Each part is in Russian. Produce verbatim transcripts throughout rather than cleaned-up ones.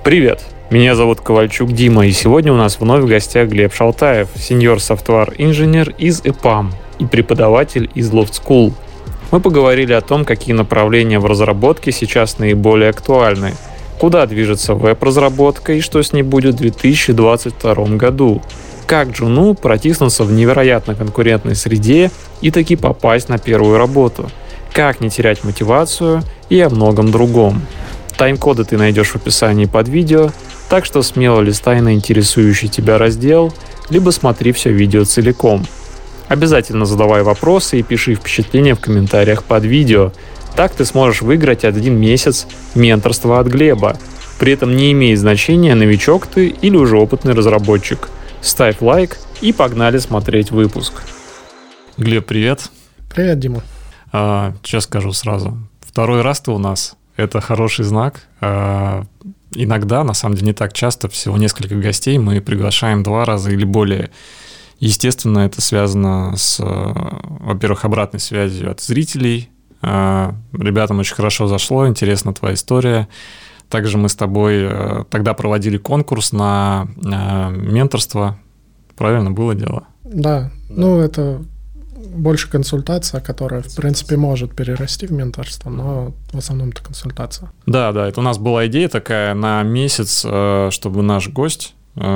Привет, меня зовут Ковальчук Дима, и сегодня у нас вновь в гостях Глеб Шалтаев, сеньор софтвар-инженер из ЭПАМ и преподаватель из Loft School. Мы поговорили о том, какие направления в разработке сейчас наиболее актуальны, куда движется веб-разработка и что с ней будет в две тысячи двадцать втором году, как джуну протиснуться в невероятно конкурентной среде и таки попасть на первую работу, как не терять мотивацию и о многом другом. Тайм-коды ты найдешь в описании под видео, так что смело листай на интересующий тебя раздел, либо смотри все видео целиком. Обязательно задавай вопросы и пиши впечатления в комментариях под видео. Так ты сможешь выиграть один месяц менторства от Глеба. При этом не имеет значения, новичок ты или уже опытный разработчик. Ставь лайк и погнали смотреть выпуск. Глеб, привет. Привет, Дима. А, сейчас скажу сразу. Второй раз ты у нас. Это хороший знак. А, иногда, на самом деле не так часто, всего несколько гостей мы приглашаем два раза или более. Естественно, это связано с, во-первых, обратной связью от зрителей. А, ребятам очень хорошо зашло, интересна твоя история. Также мы с тобой тогда проводили конкурс на менторство. Правильно было дело? Да, да. Ну это больше консультация, которая, в принципе, может перерасти в менторство, но в основном это консультация. Да, да, это у нас была идея такая на месяц, чтобы наш гость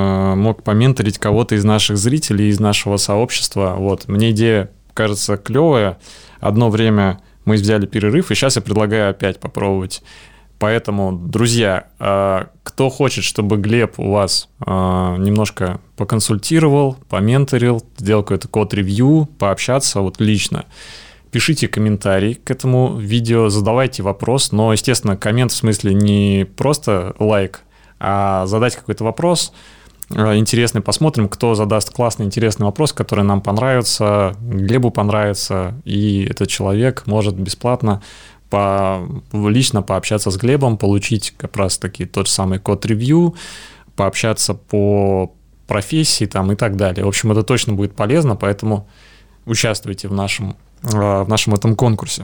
мог поменторить кого-то из наших зрителей, из нашего сообщества. Вот. Мне идея кажется клевая. Одно время мы взяли перерыв, и сейчас я предлагаю опять попробовать. Поэтому, друзья, кто хочет, чтобы Глеб у вас немножко поконсультировал, поменторил, сделал какой-то код-ревью, пообщаться вот лично, пишите комментарий к этому видео, задавайте вопрос, но, естественно, коммент в смысле не просто лайк, а задать какой-то вопрос интересный, посмотрим, кто задаст классный, интересный вопрос, который нам понравится, Глебу понравится, и этот человек может бесплатно По, лично пообщаться с Глебом, получить как раз-таки тот же самый код-ревью, пообщаться по профессии там, и так далее. В общем, это точно будет полезно, поэтому участвуйте в нашем, в нашем этом конкурсе.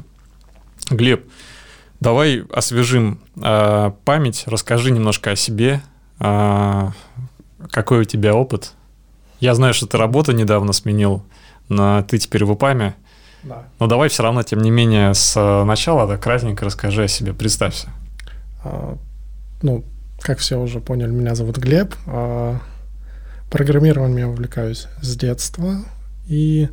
Глеб, давай освежим э, память, расскажи немножко о себе, э, какой у тебя опыт. Я знаю, что ты работу недавно сменил, но ты теперь в ЭПАМе. Да. Но давай все равно, тем не менее, с начала так кратенько расскажи о себе, представься. А, ну, как все уже поняли, меня зовут Глеб. А, программированием я увлекаюсь с детства. И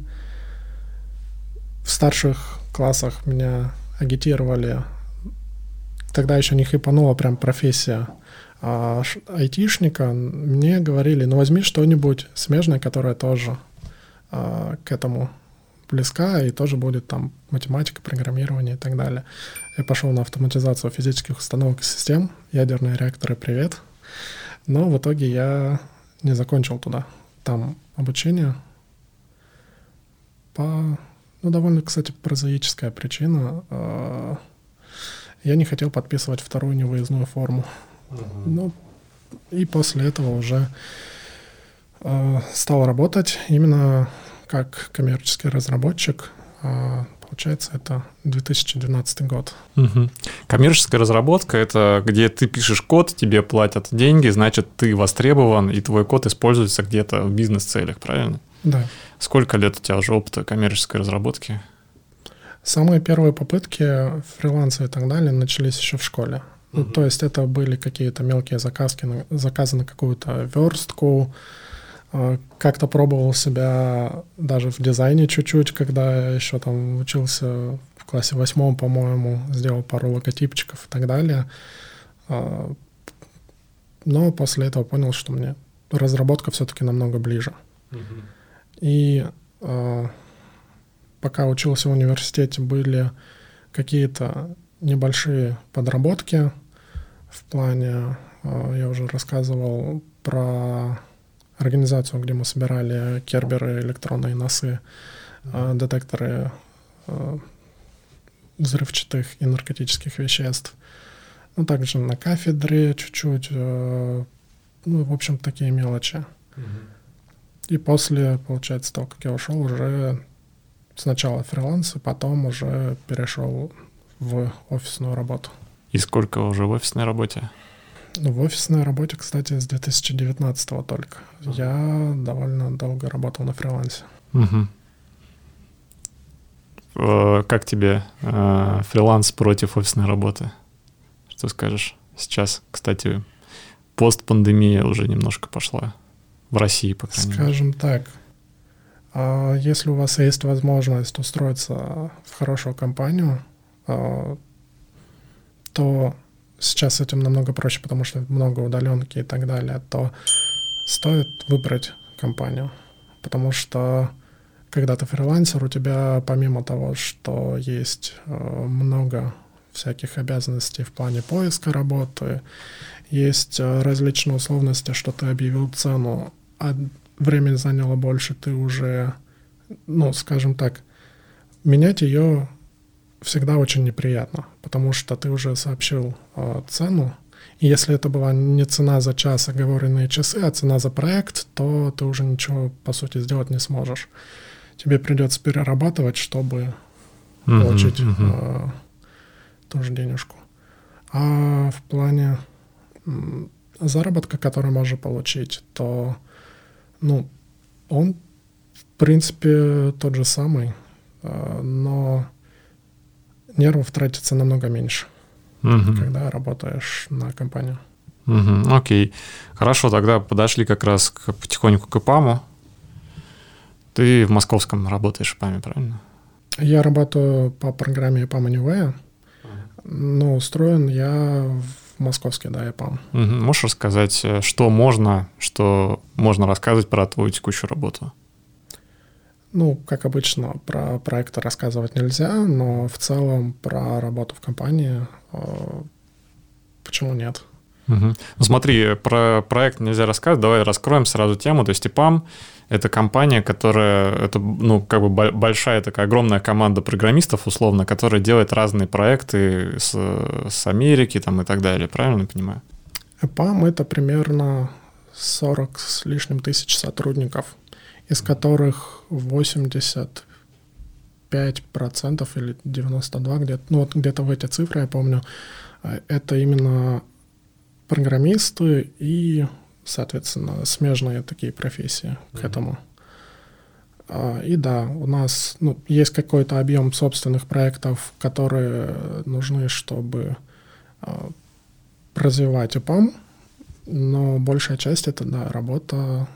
в старших классах меня агитировали. Тогда еще не хайпанула прям профессия а, айтишника. Мне говорили, ну возьми что-нибудь смежное, которое тоже а, к этому близка, и тоже будет там математика, программирование и так далее. Я пошел на автоматизацию физических установок и систем, ядерные реакторы, привет. Но в итоге я не закончил туда. Там обучение по, ну, довольно, кстати, прозаическая причина. Я не хотел подписывать вторую невыездную форму. Uh-huh. Ну, и после этого уже стал работать именно как коммерческий разработчик. Получается, это две тысячи двенадцатый год. Угу. Коммерческая разработка — это где ты пишешь код, тебе платят деньги, значит, ты востребован, и твой код используется где-то в бизнес-целях, правильно? Да. Сколько лет у тебя уже опыта коммерческой разработки? Самые первые попытки фриланса и так далее начались еще в школе. Угу. Ну, то есть это были какие-то мелкие заказки, заказы на какую-то верстку. Как-то пробовал себя даже в дизайне чуть-чуть, когда я еще там учился в классе восьмом, по-моему, сделал пару логотипчиков и так далее. Но после этого понял, что мне разработка все-таки намного ближе. Mm-hmm. И пока учился в университете, были какие-то небольшие подработки в плане, я уже рассказывал про организацию, где мы собирали керберы, электронные носы, mm-hmm. детекторы взрывчатых и наркотических веществ. Ну, также на кафедре чуть-чуть. Ну, в общем, такие мелочи. Mm-hmm. И после, получается, того, как я ушел, уже сначала фриланс, и потом уже перешел в офисную работу. И сколько уже в офисной работе? Ну, в офисной работе, кстати, с две тысячи девятнадцатого только. Я довольно долго работал на фрилансе. Угу. Как тебе э, фриланс против офисной работы? Что скажешь? Сейчас, кстати, постпандемия уже немножко пошла. В России, по крайней мере. Скажем так, если у вас есть возможность устроиться в хорошую компанию, то сейчас с этим намного проще, потому что много удаленки и так далее, то стоит выбрать компанию. Потому что когда ты фрилансер, у тебя помимо того, что есть много всяких обязанностей в плане поиска работы, есть различные условности, что ты объявил цену, а время заняло больше, ты уже, ну, скажем так, менять ее всегда очень неприятно, потому что ты уже сообщил э, цену, и если это была не цена за час, оговоренные часы, а цена за проект, то ты уже ничего, по сути, сделать не сможешь. Тебе придется перерабатывать, чтобы uh-huh, получить uh-huh. Э, ту же денежку. А в плане м, заработка, который можно получить, то, ну, он, в принципе, тот же самый, э, но нервов тратится намного меньше, uh-huh. когда работаешь на компанию. Uh-huh. Окей. Хорошо, тогда подошли как раз к, потихоньку к ИПАМу. Ты в московском работаешь в ИПАМе, правильно? Я работаю по программе ИПАМ Anyway, uh-huh. но устроен я в московский, да, ИПАМ. Uh-huh. Можешь рассказать, что можно, что можно рассказывать про твою текущую работу? Ну, как обычно, про проекты рассказывать нельзя, но в целом про работу в компании э, почему нет? Угу. Ну, смотри, про проект нельзя рассказывать, давай раскроем сразу тему. То есть ИПАМ — это компания, которая, это, ну, как бы большая такая огромная команда программистов, условно, которая делает разные проекты с, с Америки там, и так далее, правильно я понимаю? ИПАМ — это примерно сорок с лишним тысяч сотрудников, из которых восемьдесят пять процентов или девяносто два процента, где-то, ну вот где-то в эти цифры, я помню, это именно программисты и, соответственно, смежные такие профессии mm-hmm. к этому. И да, у нас ну, есть какой-то объем собственных проектов, которые нужны, чтобы развивать ИПАМ, но большая часть — это, да, работа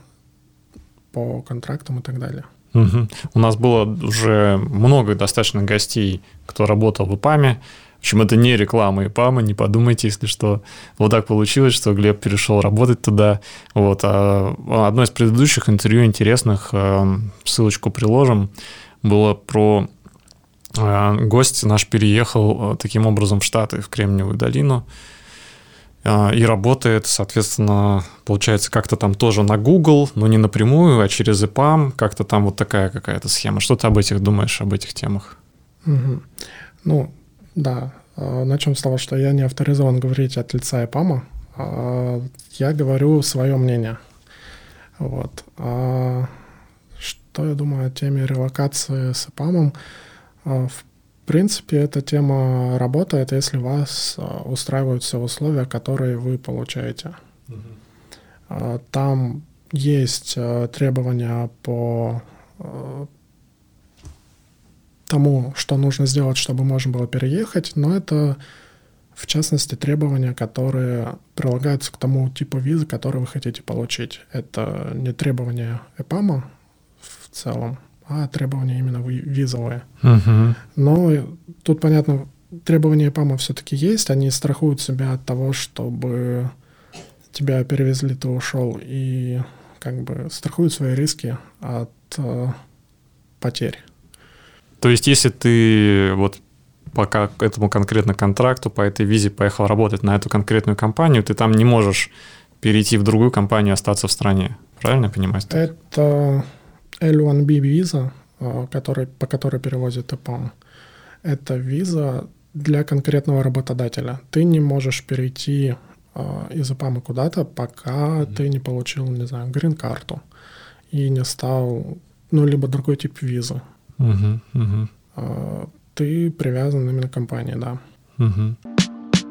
по контрактам и так далее. Угу. У нас было уже много достаточно гостей, кто работал в ИПАМе. В общем, это не реклама ИПАМа, не подумайте, если что. Вот так получилось, что Глеб перешел работать туда. Вот. А одно из предыдущих интервью интересных, ссылочку приложим, было про гость наш переехал таким образом в Штаты, в Кремниевую долину. И работает, соответственно, получается, как-то там тоже на Google, но не напрямую, а через ИПАМ, как-то там вот такая какая-то схема. Что ты об этих думаешь, об этих темах? Угу. Ну, да. Начнем с того, что я не авторизован говорить от лица ИПАМа. Я говорю свое мнение. Вот. Что я думаю о теме релокации с ИПАМом? В В принципе, эта тема работает, если вас устраивают все условия, которые вы получаете. Uh-huh. Там есть требования по тому, что нужно сделать, чтобы можно было переехать, но это, в частности, требования, которые прилагаются к тому типу визы, который вы хотите получить. Это не требования ИПАМа в целом, а требования именно визовые. Uh-huh. Но тут, понятно, требования ИПАМа все-таки есть, они страхуют себя от того, чтобы тебя перевезли, ты ушел, и как бы страхуют свои риски от э, потерь. То есть, если ты вот по этому конкретно контракту, по этой визе поехал работать на эту конкретную компанию, ты там не можешь перейти в другую компанию и остаться в стране. Правильно я понимаю? Это эл один би виза, который, по которой перевозят ИПАМ. Это виза для конкретного работодателя. Ты не можешь перейти э, из ИПАМа куда-то, пока mm-hmm. ты не получил, не знаю, грин-карту и не стал, ну, либо другой тип визы. Mm-hmm. Mm-hmm. Э, ты привязан именно к компании, да. Mm-hmm.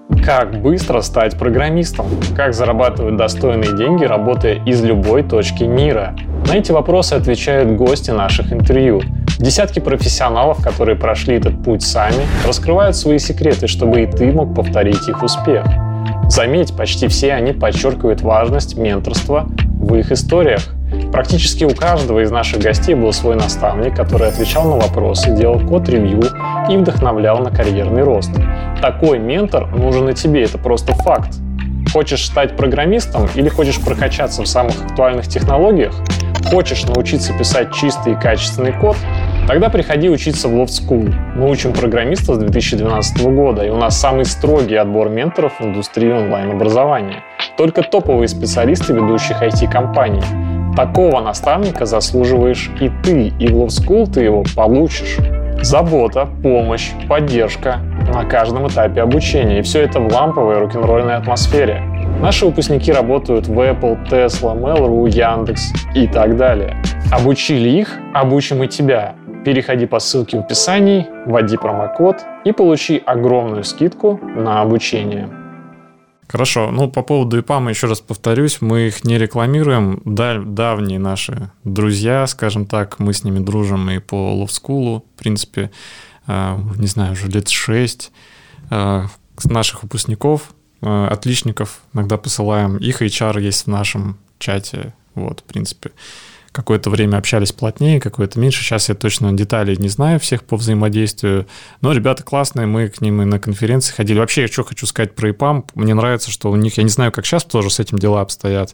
Как быстро стать программистом? Как зарабатывать достойные деньги, работая из любой точки мира? На эти вопросы отвечают гости наших интервью. Десятки профессионалов, которые прошли этот путь сами, раскрывают свои секреты, чтобы и ты мог повторить их успех. Заметь, почти все они подчеркивают важность менторства в их историях. Практически у каждого из наших гостей был свой наставник, который отвечал на вопросы, делал код-ревью и вдохновлял на карьерный рост. Такой ментор нужен и тебе, это просто факт. Хочешь стать программистом или хочешь прокачаться в самых актуальных технологиях? Хочешь научиться писать чистый и качественный код? Тогда приходи учиться в Loft School. Мы учим программистов с две тысячи двенадцатого года, и у нас самый строгий отбор менторов в индустрии онлайн-образования. Только топовые специалисты ведущих ай ти-компаний. Такого наставника заслуживаешь и ты, и в Loft School ты его получишь. Забота, помощь, поддержка на каждом этапе обучения. И все это в ламповой рок-н-ролльной атмосфере. Наши выпускники работают в Apple, Tesla, Mail.ru, Яндекс и так далее. Обучили их, обучим и тебя. Переходи по ссылке в описании, вводи промокод и получи огромную скидку на обучение. Хорошо, ну по поводу ИПАМа еще раз повторюсь, мы их не рекламируем, да, давние наши друзья, скажем так, мы с ними дружим и по Loft School, в принципе, э, не знаю, уже лет шесть, э, наших выпускников, э, отличников иногда посылаем, их эйч ар есть в нашем чате, вот, в принципе. Какое-то время общались плотнее, какое-то меньше. Сейчас я точно деталей не знаю всех по взаимодействию. Но ребята классные, мы к ним и на конференции ходили. Вообще, я что хочу сказать про ИПАМ. Мне нравится, что у них, я не знаю, как сейчас тоже с этим дела обстоят,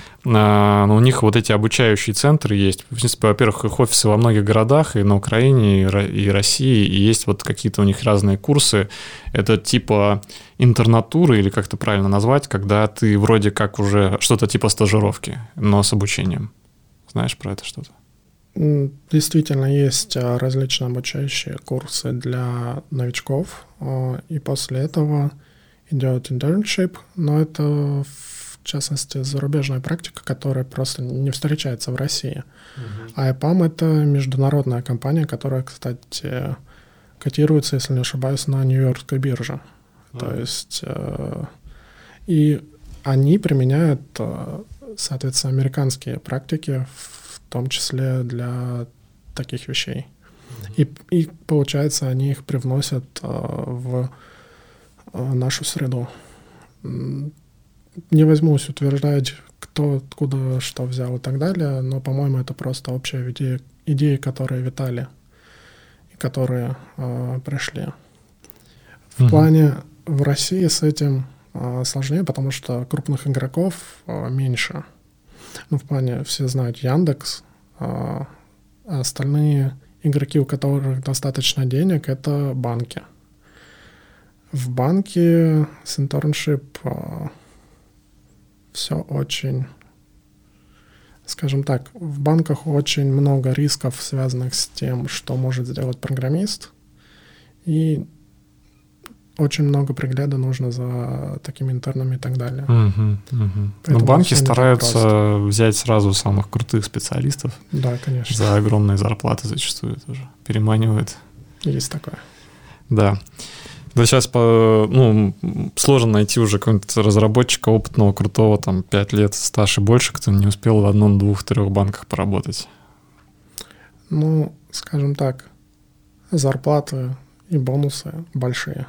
но у них вот эти обучающие центры есть. В принципе, во-первых, их офисы во многих городах, и на Украине, и России, и есть вот какие-то у них разные курсы. Это типа интернатуры, или как это правильно назвать, когда ты вроде как уже что-то типа стажировки, но с обучением. Знаешь про это что-то? Действительно, есть различные обучающие курсы для новичков, и после этого идет internship, но это, в частности, зарубежная практика, которая просто не встречается в России. Uh-huh. А ИПАМ — это международная компания, которая, кстати, котируется, если не ошибаюсь, на Нью-Йоркской бирже. Uh-huh. То есть, и они применяют, соответственно, американские практики, в том числе для таких вещей. Mm-hmm. И, и, получается, они их привносят а, в а, нашу среду. Не возьмусь утверждать, кто откуда что взял и так далее, но, по-моему, это просто общая идея, идеи, которые витали и которые а, пришли. В mm-hmm. плане в России с этим сложнее, потому что крупных игроков а, меньше. Ну, в плане, все знают Яндекс, а, а остальные игроки, у которых достаточно денег, это банки. В банке с internship а, все очень, скажем так, в банках очень много рисков, связанных с тем, что может сделать программист, и очень много пригляда нужно за такими интернами и так далее. Uh-huh, uh-huh. Но банки стараются взять сразу самых крутых специалистов. Да, конечно. За огромные зарплаты зачастую тоже переманивают. Есть такое. Да. Да сейчас по, ну, сложно найти уже какого-нибудь разработчика опытного, крутого, там, пять лет стаж и больше, кто не успел в одном, двух, трех банках поработать. Ну, скажем так, зарплаты и бонусы большие.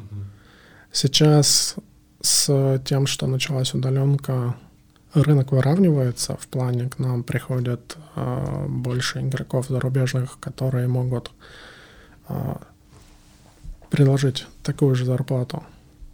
Сейчас с тем, что началась удаленка, рынок выравнивается. В плане к нам приходят э, больше игроков зарубежных, которые могут э, предложить такую же зарплату.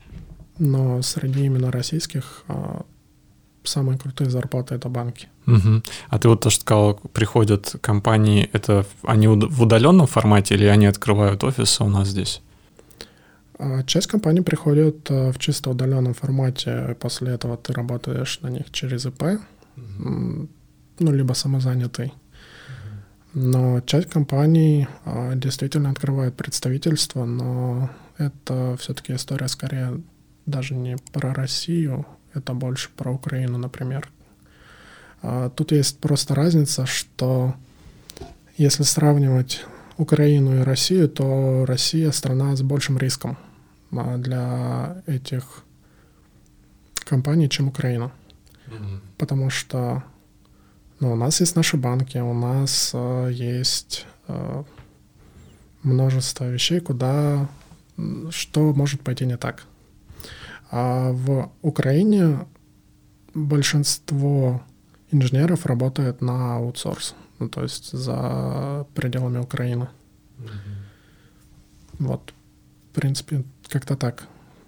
Но среди именно российских э, самые крутые зарплаты — это банки. Угу. А ты вот то, что сказал, приходят компании, это они в удаленном формате или они открывают офисы у нас здесь? Часть компаний приходит в чисто удаленном формате, после этого ты работаешь на них через ИП, mm-hmm. ну, либо самозанятый. Mm-hmm. Но часть компаний а, действительно открывает представительство, но это все-таки история скорее даже не про Россию, это больше про Украину, например. А, тут есть просто разница, что если сравнивать Украину и Россию, то Россия — страна с большим риском. для этих компаний, чем Украина. Mm-hmm. Потому что ну, у нас есть наши банки, у нас э, есть э, множество вещей, куда что может пойти не так. А в Украине большинство инженеров работает на аутсорс, ну, то есть за пределами Украины. Mm-hmm. Вот, в принципе, как-то так.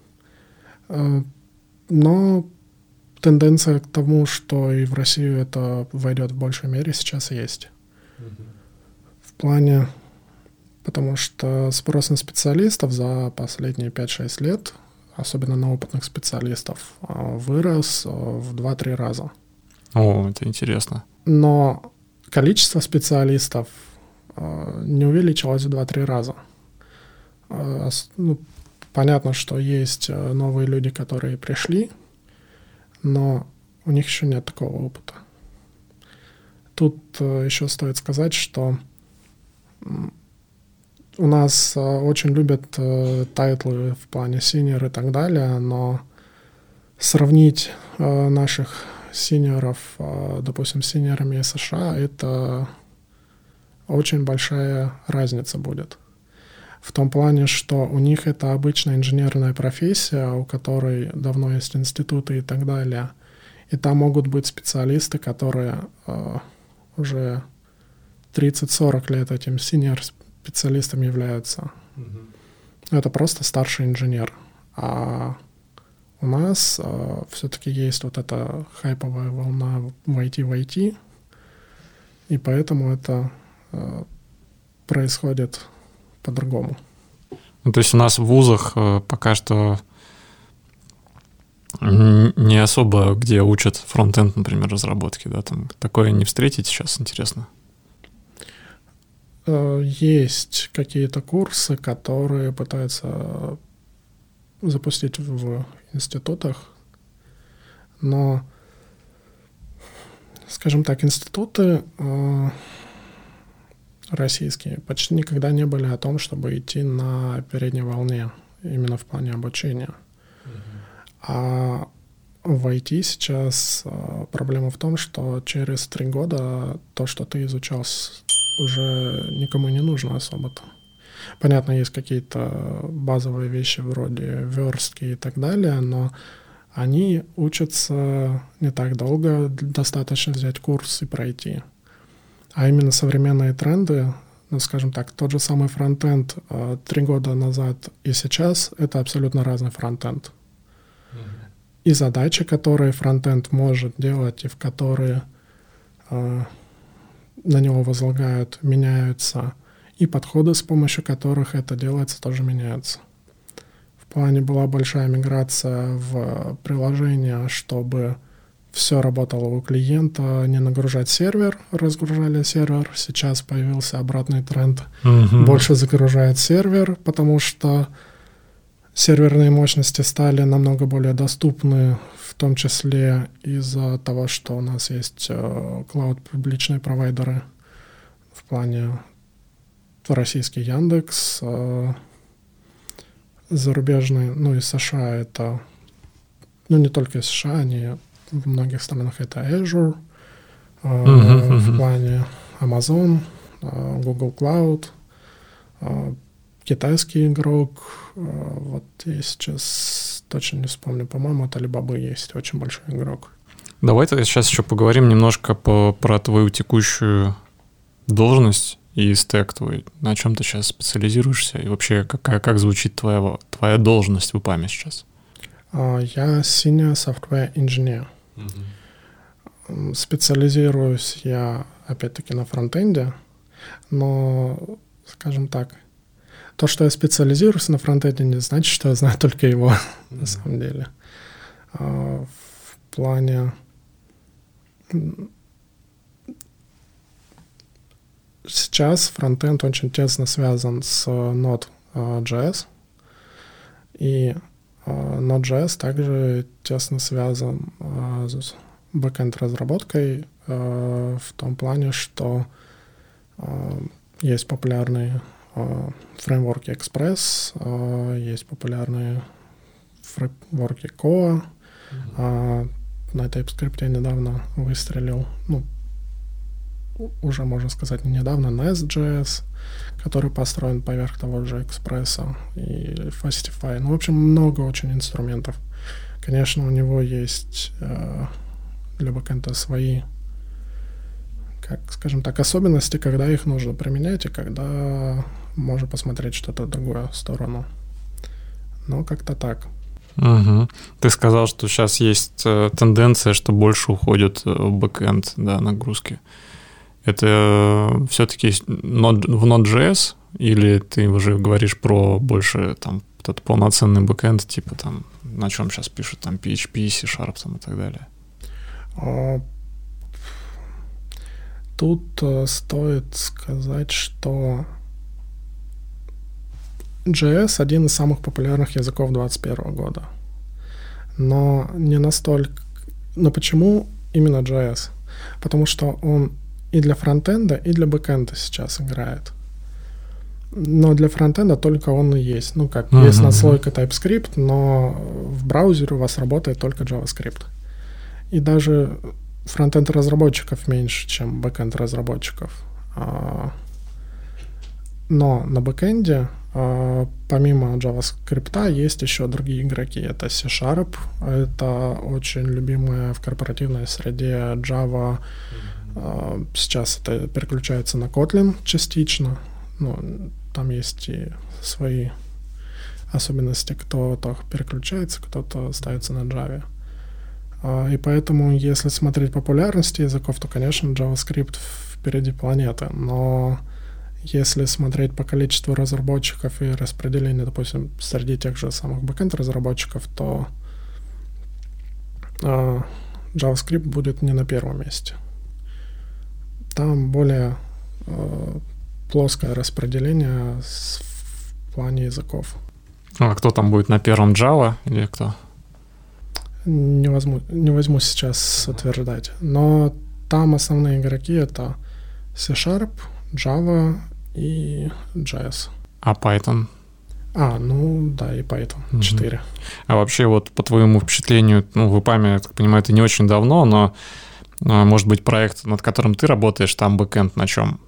Но тенденция к тому, что и в Россию это войдет в большей мере, сейчас есть. Mm-hmm. В плане, потому что спрос на специалистов за последние пять-шесть лет, особенно на опытных специалистов, вырос в два-три раза. О, это интересно. Но количество специалистов не увеличилось в два-три раза. Ну, понятно, что есть новые люди, которые пришли, но у них еще нет такого опыта. Тут еще стоит сказать, что у нас очень любят тайтлы в плане senior и так далее, но сравнить наших синьоров, допустим, с синьорами из США, это очень большая разница будет. В том плане, что у них это обычная инженерная профессия, у которой давно есть институты и так далее. И там могут быть специалисты, которые э, уже тридцать-сорок лет этим синьор-специалистом являются. Mm-hmm. Это просто старший инженер. А у нас э, все-таки есть вот эта хайповая волна в ай ти в ай ти, и поэтому это э, происходит по-другому. Ну, то есть у нас в вузах э, пока что не особо где учат фронт-энд, например, разработки, да, там такое не встретить сейчас, интересно? Э, есть какие-то курсы, которые пытаются запустить в институтах, но, скажем так, институты э, российские почти никогда не были о том, чтобы идти на передней волне, именно в плане обучения. Mm-hmm. А в ай ти сейчас э, проблема в том, что через три года то, что ты изучал, уже никому не нужно особо-то. Понятно, есть какие-то базовые вещи вроде верстки и так далее, но они учатся не так долго, достаточно взять курс и пройти. А именно современные тренды, ну, скажем так, тот же самый фронтенд э, три года назад и сейчас — это абсолютно разный фронтенд. Mm-hmm. И задачи, которые фронтенд может делать и в которые э, на него возлагают, меняются, и подходы, с помощью которых это делается, тоже меняются. В плане была большая миграция в приложение, чтобы все работало у клиента, не нагружать сервер, разгружали сервер. Сейчас появился обратный тренд. Mm-hmm. Больше загружает сервер, потому что серверные мощности стали намного более доступны, в том числе из-за того, что у нас есть клауд-публичные провайдеры в плане российский Яндекс, зарубежный, ну из США это, ну не только из США, они в многих странах это Azure, uh-huh, uh-huh. в плане Amazon, Google Cloud, китайский игрок, вот я сейчас точно не вспомню, по-моему, от Alibaba есть очень большой игрок. Давай сейчас еще поговорим немножко по, про твою текущую должность и стэк твой. На чем ты сейчас специализируешься и вообще какая, как звучит твоя, твоя должность в ИПАМе сейчас? Я senior software engineer. Mm-hmm. Специализируюсь я, опять-таки, на фронтенде, но, скажем так, то, что я специализируюсь на фронтенде, не значит, что я знаю только его, mm-hmm. на самом деле. В плане... Сейчас фронтенд очень тесно связан с Node.js, и Node.js также тесно связан с бэкэнд-разработкой в том плане, что есть популярный фреймворки Express, есть популярные фреймворки Коа. Mm-hmm. На TypeScript я недавно выстрелил, ну, уже, можно сказать, не недавно, Nest.js, который построен поверх того же Express и Fastify. Ну, в общем, много очень инструментов. Конечно, у него есть э, для бэкэнда свои, как, скажем так, особенности, когда их нужно применять и когда можно посмотреть что-то в другую сторону. Но как-то так. Угу. Ты сказал, что сейчас есть э, тенденция, что больше уходит в бэкэнд, да, нагрузки. Это э, все-таки нод, в Node.js или ты уже говоришь про больше там этот полноценный бэкэнд, типа там на чем сейчас пишут, там пи эйч пи, C-Sharp там, и так далее? А, тут а, стоит сказать, что джей эс один из самых популярных языков двадцать первого года. Но не настолько... Но почему именно джей эс? Потому что он и для фронтенда, и для бэкенда сейчас играет. Но для фронтенда только он и есть. Ну как, uh-huh. есть наслойка TypeScript, но в браузере у вас работает только JavaScript. И даже фронтенд-разработчиков меньше, чем бэкенд-разработчиков. Но на бэкенде помимо JavaScript есть еще другие игроки. Это C-Sharp, это очень любимая в корпоративной среде Java. Mm-hmm. Сейчас это переключается на Kotlin частично. Ну, там есть и свои особенности. Кто-то переключается, кто-то остается на Java. И поэтому, если смотреть популярность языков, то, конечно, JavaScript впереди планеты. Но если смотреть по количеству разработчиков и распределению, допустим, среди тех же самых бэкэнд-разработчиков, то э, JavaScript будет не на первом месте. Там более э, плоское распределение с, в плане языков. А кто там будет на первом, Java или кто? Не возьму, не возьму сейчас утверждать. Но там основные игроки — это C-Sharp, Java и джей эс. А Python? А, ну да, и Python mm-hmm. четыре. А вообще вот по твоему впечатлению, ну в ИПАМе, я так понимаю, это не очень давно, но может быть проект, над которым ты работаешь, там бэкэнд на чем?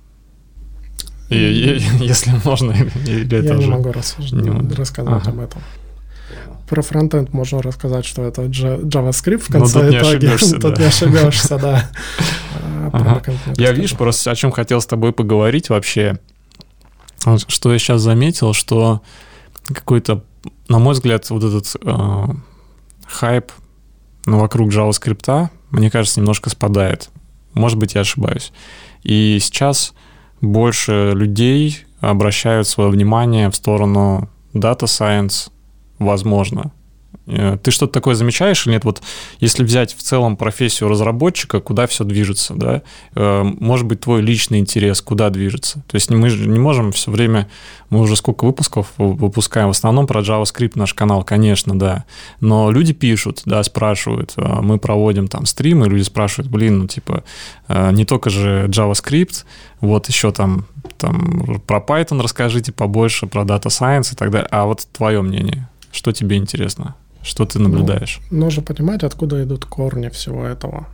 И, mm-hmm. и, если можно, или я это не уже... могу рассуждать, не рассказать ага. об этом. Про фронтенд можно рассказать, что это JavaScript в конце ну, тут итоге. Не ошибешься, тут да. не ошибешься, да. Ага. Я, видишь, просто о чем хотел с тобой поговорить вообще. Что я сейчас заметил, что какой-то, на мой взгляд, вот этот э, хайп ну, вокруг JavaScript, мне кажется, немножко спадает. Может быть, я ошибаюсь. И сейчас больше людей обращают свое внимание в сторону Data Science, возможно. Ты что-то такое замечаешь или нет? Вот если взять в целом профессию разработчика, куда все движется, да? Может быть, твой личный интерес, куда движется? То есть мы же не можем все время... Мы уже сколько выпусков выпускаем, в основном про JavaScript наш канал, конечно, да. Но люди пишут, да, спрашивают. Мы проводим там стримы, люди спрашивают, блин, ну типа, не только же JavaScript, вот еще там, там про Python расскажите побольше, про Data Science и так далее. А вот твое мнение, что тебе интересно? Что ты наблюдаешь? Ну, нужно понимать, откуда идут корни всего этого.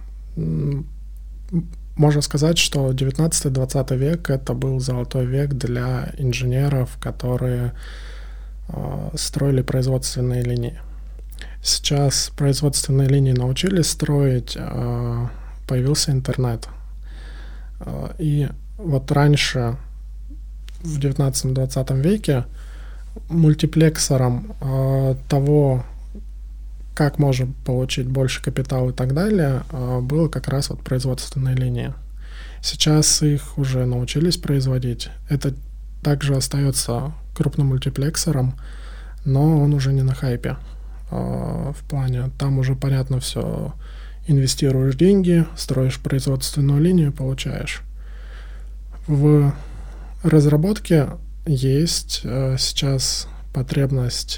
Можно сказать, что девятнадцатый-двадцатый век — это был золотой век для инженеров, которые э, строили производственные линии. Сейчас производственные линии научились строить, э, появился интернет. Э, и вот раньше, в девятнадцатом-двадцатом веке, мультиплексором э, того, как можно получить больше капитала и так далее, было как раз вот производственная линия. Сейчас их уже научились производить. Это также остается крупным мультиплексором, но он уже не на хайпе. В плане, там уже понятно все. Инвестируешь деньги, строишь производственную линию, получаешь. В разработке есть сейчас потребность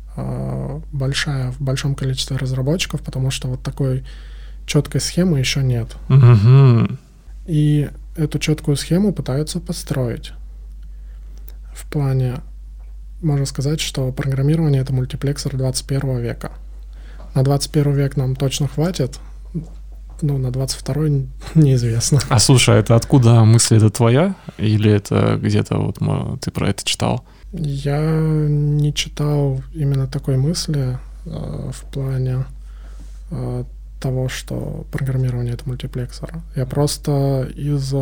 большая в большом количестве разработчиков, потому что вот такой четкой схемы еще нет. Uh-huh. И эту четкую схему пытаются построить. в плане, можно сказать, что программирование — это мультиплексор двадцать первого века. На двадцать первый век нам точно хватит, ну, на двадцать второй неизвестно. А слушай, это откуда мысль, это твоя? Или это где-то вот ты про это читал? Я не читал именно такой мысли э, в плане э, того, что программирование — это мультиплексор. Я просто из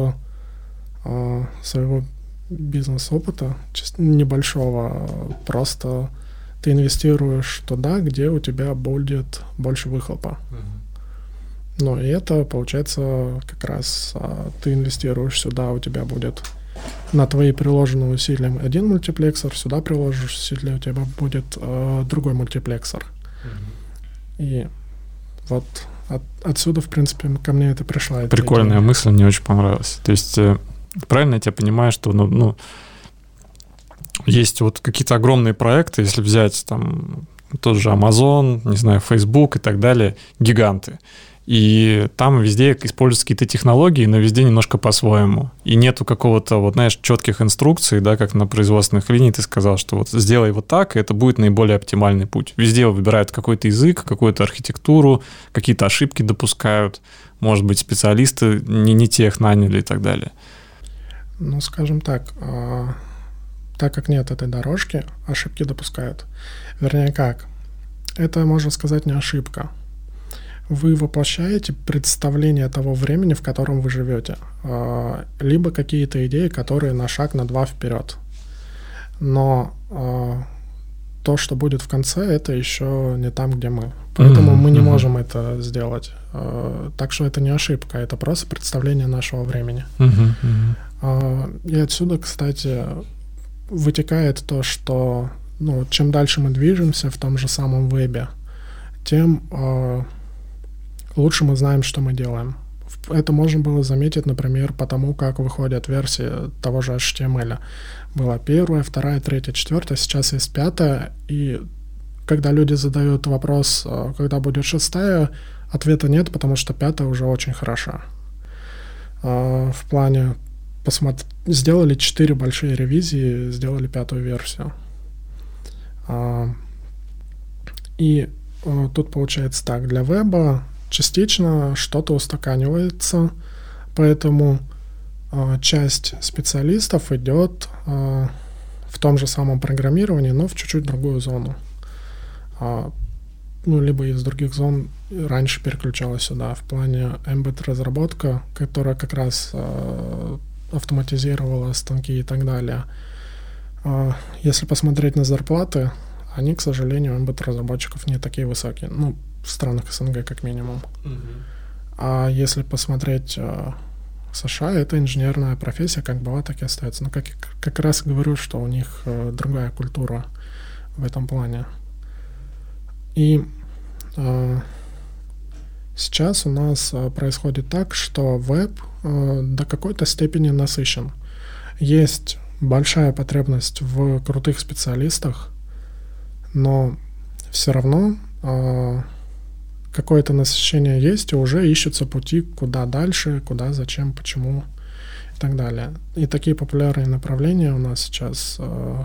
э, своего бизнес-опыта, небольшого, просто ты инвестируешь туда, где у тебя будет больше выхлопа. Uh-huh. Ну, и это, получается, как раз а, ты инвестируешь сюда, у тебя будет на твои приложенные усилия один мультиплексор, сюда приложишь усилия, у тебя будет а, другой мультиплексор. Uh-huh. И вот от, отсюда, в принципе, ко мне это пришла. Прикольная мысль, мне очень понравилась. То есть, правильно я тебя понимаю, что, ну, ну есть вот какие-то огромные проекты, если взять там тот же Amazon, не знаю, Facebook и так далее, гиганты. И там везде используются какие-то технологии, но везде немножко по-своему. И нету какого-то, вот, знаешь, четких инструкций, да, как на производственных линиях ты сказал, что вот сделай вот так, и это будет наиболее оптимальный путь. Везде выбирают какой-то язык, какую-то архитектуру, какие-то ошибки допускают, может быть, специалисты не, не тех наняли и так далее. Ну, скажем так, так как нет этой дорожки, ошибки допускают. Вернее, как? Это, можно сказать, не ошибка. Вы воплощаете представление того времени, в котором вы живете, либо какие-то идеи, которые на шаг, на два вперед. Но то, что будет в конце, это еще не там, где мы. Поэтому mm-hmm. мы не mm-hmm. можем это сделать. Так что это не ошибка, это просто представление нашего времени. Mm-hmm. Mm-hmm. И отсюда, кстати, вытекает то, что ну, чем дальше мы движемся в том же самом вебе, тем э, лучше мы знаем, что мы делаем. Это можно было заметить, например, по тому, как выходят версии того же эйч ти эм эль. Была первая, вторая, третья, четвертая, сейчас есть пятая, и когда люди задают вопрос, когда будет шестая, ответа нет, потому что пятая уже очень хороша. Э, в плане Посмотр... Сделали четыре большие ревизии, сделали пятую версию. А, и а, тут получается так, для веба частично что-то устаканивается, поэтому а, часть специалистов идет а, в том же самом программировании, но в чуть-чуть другую зону. А, ну, либо из других зон раньше переключалась сюда, в плане embedded-разработка, которая как раз а, автоматизировала станки и так далее. Если посмотреть на зарплаты, они, к сожалению, эмбед-разработчиков не такие высокие. Ну, в странах СНГ как минимум. Mm-hmm. А если посмотреть США, это инженерная профессия, как была, так и остается. Но как, как раз говорю, что у них другая культура в этом плане. И сейчас у нас происходит так, что веб до какой-то степени насыщен. Есть большая потребность в крутых специалистах, но все равно какое-то насыщение есть, и уже ищутся пути, куда дальше, куда, зачем, почему и так далее. И такие популярные направления у нас сейчас,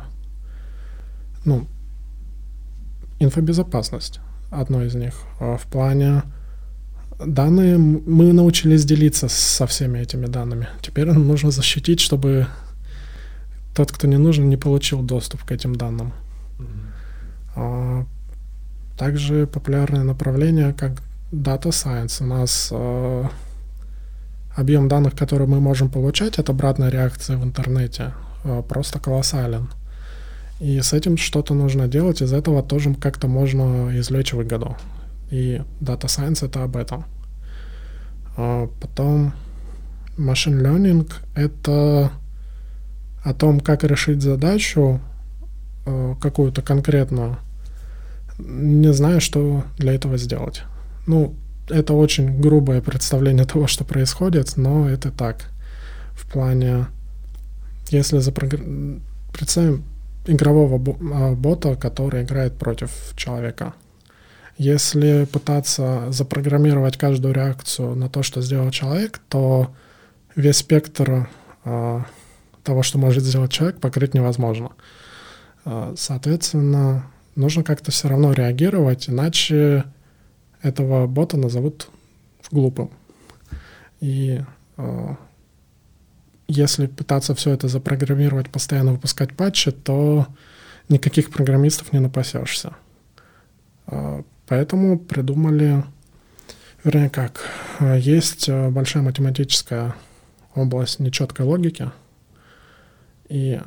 ну, инфобезопасность, одно из них, в плане данные, мы научились делиться со всеми этими данными. Теперь нужно защитить, чтобы тот, кто не нужен, не получил доступ к этим данным. Mm-hmm. А, также популярное направление, как Data Science. У нас а, объем данных, которые мы можем получать от обратной реакции в интернете, а, просто колоссален. И с этим что-то нужно делать, из этого тоже как-то можно извлечь выгоду. И Data Science — это об этом. А потом Machine Learning — это о том, как решить задачу э, какую-то конкретную, не зная, что для этого сделать. Ну, это очень грубое представление того, что происходит, но это так. В плане, если запрогр... представим игрового бота, который играет против человека. Если пытаться запрограммировать каждую реакцию на то, что сделал человек, то весь спектр э, того, что может сделать человек, покрыть невозможно. Соответственно, нужно как-то все равно реагировать, иначе этого бота назовут глупым. И э, если пытаться все это запрограммировать, постоянно выпускать патчи, то никаких программистов не напасешься. Э, поэтому придумали, вернее как, есть большая математическая область нечеткой логики и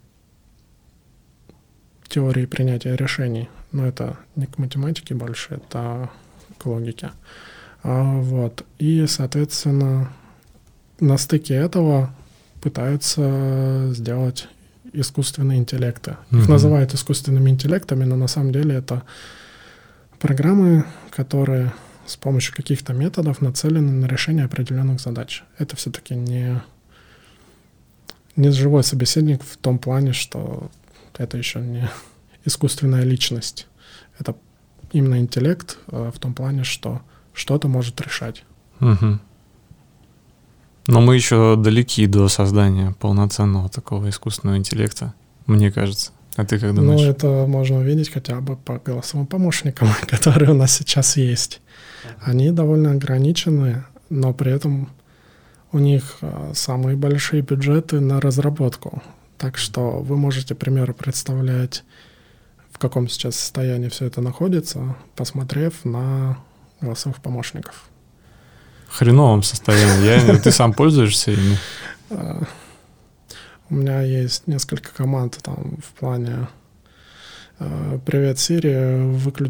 теории принятия решений. Но это не к математике больше, это к логике. А, вот. И, соответственно, на стыке этого пытаются сделать искусственные интеллекты. Mm-hmm. Их называют искусственными интеллектами, но на самом деле это программы, которые с помощью каких-то методов нацелены на решение определенных задач. Это все-таки не, не живой собеседник в том плане, что это еще не искусственная личность. Это именно интеллект в том плане, что что-то может решать. Угу. Но мы еще далеки до создания полноценного такого искусственного интеллекта, мне кажется. А ты как думаешь? Ну, это можно увидеть хотя бы по голосовым помощникам, которые у нас сейчас есть. Они довольно ограничены, но при этом у них самые большие бюджеты на разработку. Так что вы можете примеры представлять, в каком сейчас состоянии все это находится, посмотрев на голосовых помощников. В хреновом состоянии. Я, ты сам пользуешься ими? У меня есть несколько команд там в плане «Привет, Сири,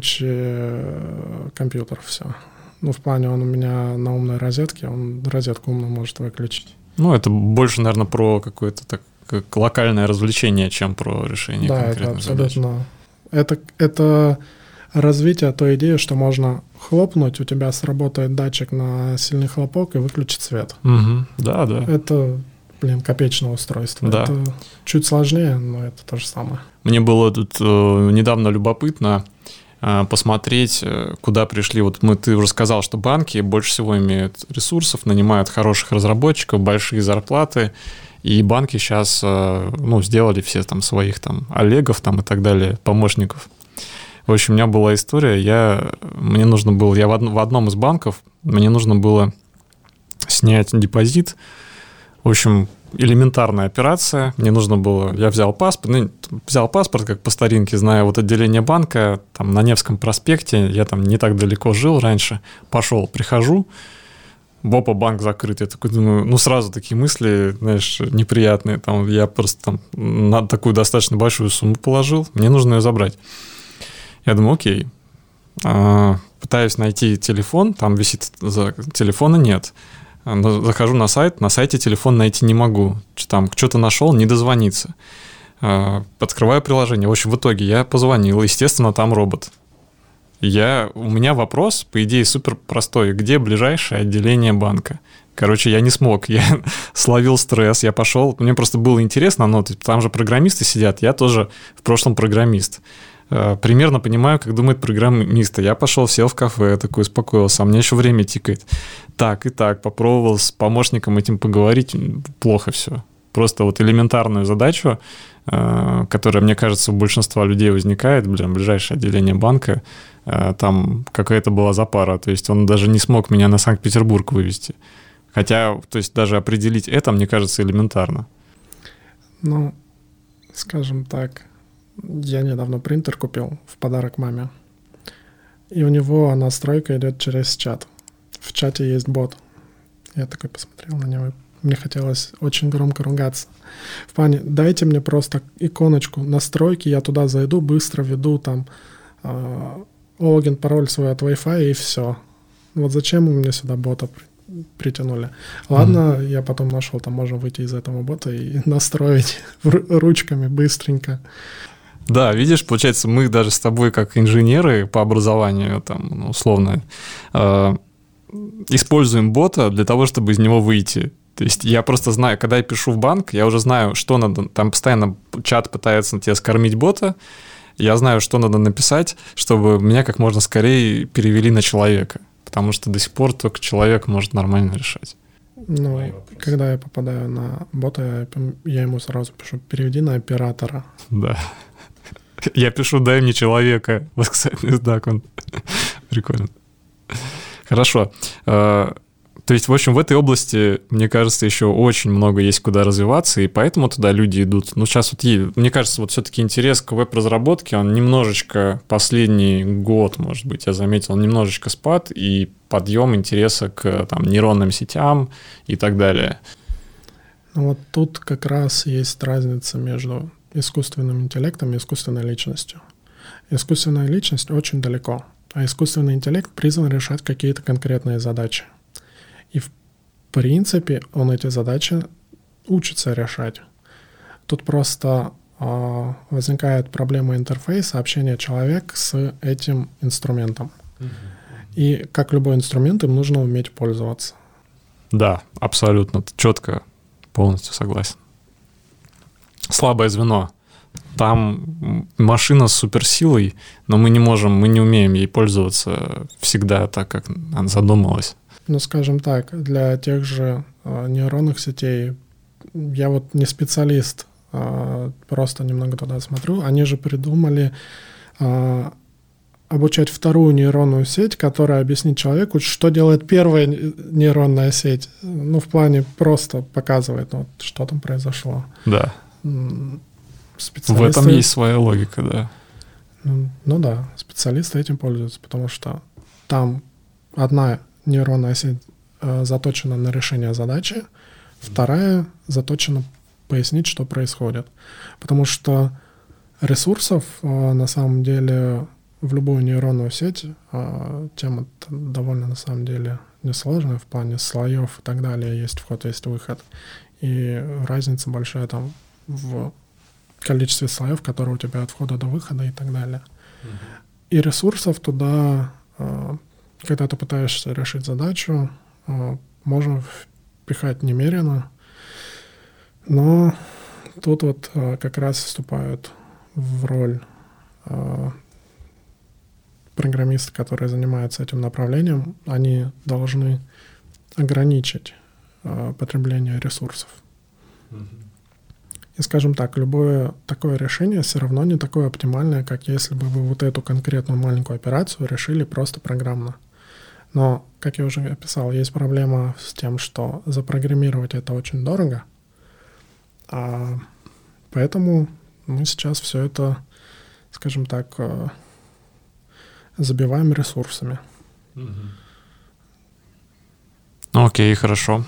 выключи компьютер», все. Ну, в плане он у меня на умной розетке, он розетку умную может выключить. Ну, это больше, наверное, про какое-то так, как локальное развлечение, чем про решение да, конкретных это абсолютно. задач. Это, это развитие той идеи, что можно хлопнуть, у тебя сработает датчик на сильный хлопок и выключит свет. Угу. Да, да. Это, блин, копеечное устройство. Да. Это чуть сложнее, но это то же самое. Мне было тут э, недавно любопытно э, посмотреть, э, куда пришли. Вот мы, ты уже сказал, что банки больше всего имеют ресурсов, нанимают хороших разработчиков, большие зарплаты. И банки сейчас э, ну, сделали все там своих там Олегов там, и так далее, помощников. В общем, у меня была история, я, мне нужно было, я в, од, в одном из банков, мне нужно было снять депозит. В общем, элементарная операция, мне нужно было, я взял паспорт, ну, взял паспорт, как по старинке, зная вот отделение банка, там на Невском проспекте, я там не так далеко жил раньше, пошел, прихожу, бопа, банк закрыт. Я такой думаю, ну, сразу такие мысли, знаешь, неприятные. Там, я просто там на такую достаточно большую сумму положил, мне нужно ее забрать. Я думаю, окей. А, пытаюсь найти телефон, там висит, телефона нет. Захожу на сайт, на сайте телефон найти не могу. Там что-то нашел, не дозвониться. А, открываю приложение. В общем, в итоге я позвонил, естественно, там робот. Я, у меня вопрос, по идее, супер простой. Где ближайшее отделение банка? Короче, я не смог. Я словил стресс, я пошел. Мне просто было интересно, но там же программисты сидят. Я тоже в прошлом программист. Примерно понимаю, как думает программист. Я пошел, сел в кафе, такой успокоился. А мне еще время тикает. Так и так, попробовал с помощником этим поговорить. Плохо все. Просто вот элементарную задачу, которая, мне кажется, у большинства людей возникает, блин, ближайшее отделение банка, там какая-то была запара. То есть он даже не смог меня на Санкт-Петербург вывести. Хотя, то есть даже определить это, мне кажется, элементарно. Ну, скажем так, я недавно принтер купил в подарок маме. И у него настройка идет через чат. В чате есть бот. Я такой посмотрел на него, мне хотелось очень громко ругаться. В плане, дайте мне просто иконочку настройки, я туда зайду, быстро введу там э, логин, пароль свой от Wi-Fi и все. Вот зачем мне сюда бота при, притянули? Ладно, mm-hmm. я потом нашел, там можно выйти из этого бота и настроить ручками быстренько. Да, видишь, получается, мы даже с тобой, как инженеры по образованию, там, условно, э, используем бота для того, чтобы из него выйти. То есть я просто знаю, когда я пишу в банк, я уже знаю, что надо, там постоянно чат пытается на тебя скормить бота, я знаю, что надо написать, чтобы меня как можно скорее перевели на человека, потому что до сих пор только человек может нормально решать. Ну, когда я попадаю на бота, я ему сразу пишу: переведи на оператора. Да. Я пишу: дай мне человека. Восклицательный знак. Он... Прикольно. Хорошо. То есть, в общем, в этой области, мне кажется, еще очень много есть куда развиваться, и поэтому туда люди идут. Ну, сейчас вот, мне кажется, вот все-таки интерес к веб-разработке, он немножечко, последний год, может быть, я заметил, немножечко спад, и подъем интереса к там, нейронным сетям и так далее. Ну, вот тут как раз есть разница между искусственным интеллектом и искусственной личностью. Искусственная личность очень далеко, а искусственный интеллект призван решать какие-то конкретные задачи. И в принципе он эти задачи учится решать. Тут просто э, возникает проблема интерфейса, общения человека с этим инструментом. Mm-hmm. И как любой инструмент, им нужно уметь пользоваться. Да, абсолютно, четко, полностью согласен. Слабое звено. Там машина с суперсилой, но мы не можем, мы не умеем ей пользоваться всегда так, как она задумалась. Ну, скажем так, для тех же э, нейронных сетей, я вот не специалист, э, просто немного туда смотрю, они же придумали э, обучать вторую нейронную сеть, которая объяснит человеку, что делает первая нейронная сеть. Ну, в плане просто показывает, ну, вот, что там произошло. Да. Специалисты... В этом есть своя логика, да. Ну, ну да, специалисты этим пользуются, потому что там одна нейронная сеть э, заточена на решение задачи, вторая заточена пояснить, что происходит. Потому что ресурсов э, на самом деле в любую нейронную сеть, э, тема довольно на самом деле несложная в плане слоев и так далее, есть вход, есть выход. И разница большая там в количестве слоев, которые у тебя от входа до выхода и так далее. Mm-hmm. И ресурсов туда... Э, Когда ты пытаешься решить задачу, можно впихать немерено, но тут вот как раз вступают в роль программисты, которые занимаются этим направлением. Они должны ограничить потребление ресурсов. Mm-hmm. И, скажем так, любое такое решение все равно не такое оптимальное, как если бы вы вот эту конкретную маленькую операцию решили просто программно. Но, как я уже описал, есть проблема с тем, что запрограммировать это очень дорого. А поэтому мы сейчас все это, скажем так, забиваем ресурсами. Mm-hmm. Окей, хорошо.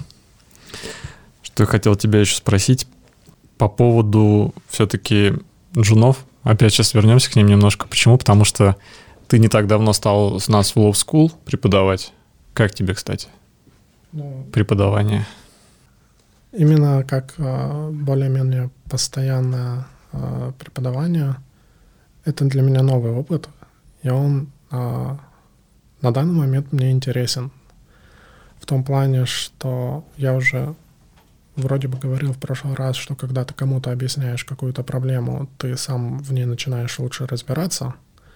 Что я хотел тебя еще спросить по поводу все-таки джунов. Опять сейчас вернемся к ним немножко. Почему? Потому что ты не так давно стал с нас в Law School преподавать. Как тебе, кстати, ну, преподавание? Именно как э, более-менее постоянное э, преподавание, это для меня новый опыт, и он э, на данный момент мне интересен. В том плане, что я уже вроде бы говорил в прошлый раз, что когда ты кому-то объясняешь какую-то проблему, ты сам в ней начинаешь лучше разбираться.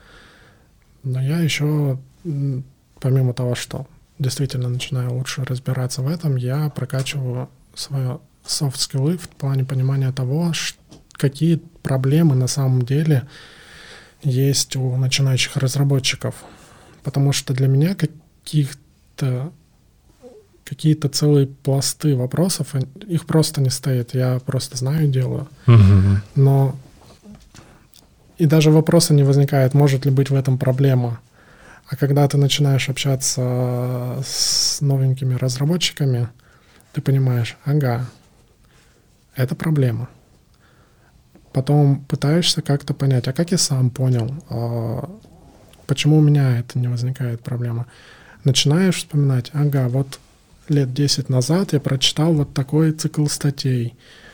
Но я еще, помимо того, что действительно начинаю лучше разбираться в этом, я прокачиваю свои софт-скиллы в плане понимания того, какие проблемы на самом деле есть у начинающих разработчиков. Потому что для меня каких-то какие-то целые пласты вопросов, их просто не стоит. Я просто знаю и делаю. Mm-hmm. Но и даже вопроса не возникает, может ли быть в этом проблема. А когда ты начинаешь общаться с новенькими разработчиками, ты понимаешь, ага, это проблема. Потом пытаешься как-то понять, а как я сам понял, а почему у меня это не возникает проблема. Начинаешь вспоминать, ага, вот лет десять назад я прочитал вот такой цикл статей.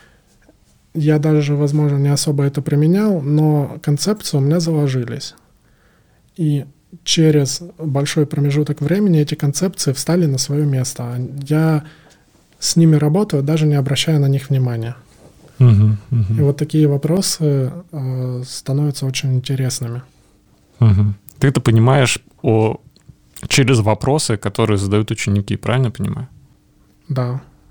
Я даже, возможно, не особо это применял, но концепции у меня заложились. И через большой промежуток времени эти концепции встали на свое место. Я с ними работаю, даже не обращая на них внимания. Uh-huh, uh-huh. И вот такие вопросы э, становятся очень интересными. Uh-huh. Ты это понимаешь о... через вопросы, которые задают ученики, правильно понимаю? Да.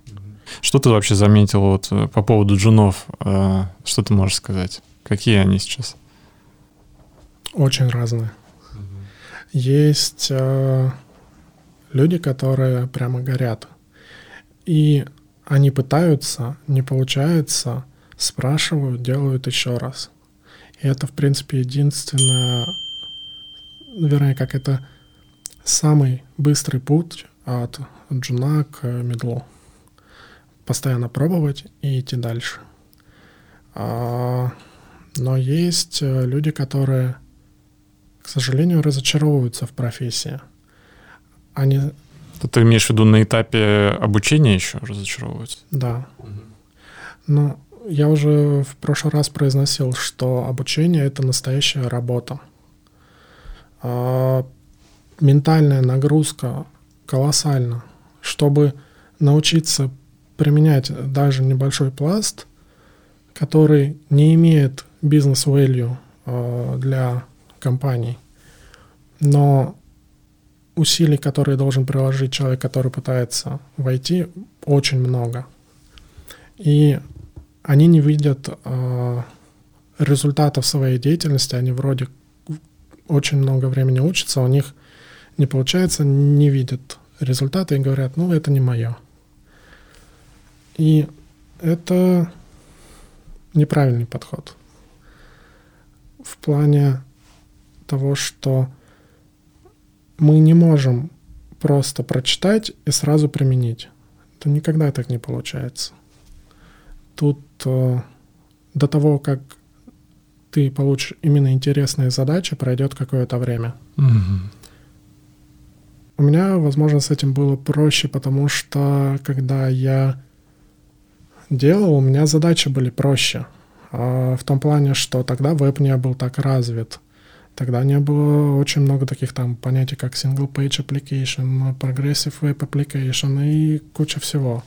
Что ты вообще заметил вот по поводу джунов? Что ты можешь сказать? Какие они сейчас? Очень разные. Угу. Есть э, люди, которые прямо горят. И они пытаются, не получается, спрашивают, делают еще раз. И это, в принципе, единственное, вернее, как это самый быстрый путь от джуна к мидлу. Постоянно пробовать и идти дальше. А, но есть люди, которые, к сожалению, разочаровываются в профессии. Они... Ты имеешь в виду на этапе обучения еще разочаровываются? Да. Угу. Ну, я уже в прошлый раз произносил, что обучение — это настоящая работа. А, ментальная нагрузка колоссальна. Чтобы научиться применять даже небольшой пласт, который не имеет бизнес-value э, для компаний, но усилий, которые должен приложить человек, который пытается войти, очень много. И они не видят э, результатов своей деятельности, они вроде очень много времени учатся, у них не получается, не видят результаты и говорят, ну, это не мое. И это неправильный подход в плане того, что мы не можем просто прочитать и сразу применить. Это никогда так не получается. Тут э, до того, как ты получишь именно интересные задачи, пройдет какое-то время. Mm-hmm. У меня, возможно, с этим было проще, потому что когда я делал, у меня задачи были проще. А в том плане, что тогда веб не был так развит. Тогда не было очень много таких там понятий, как Single Page Application, Progressive Web Application и куча всего.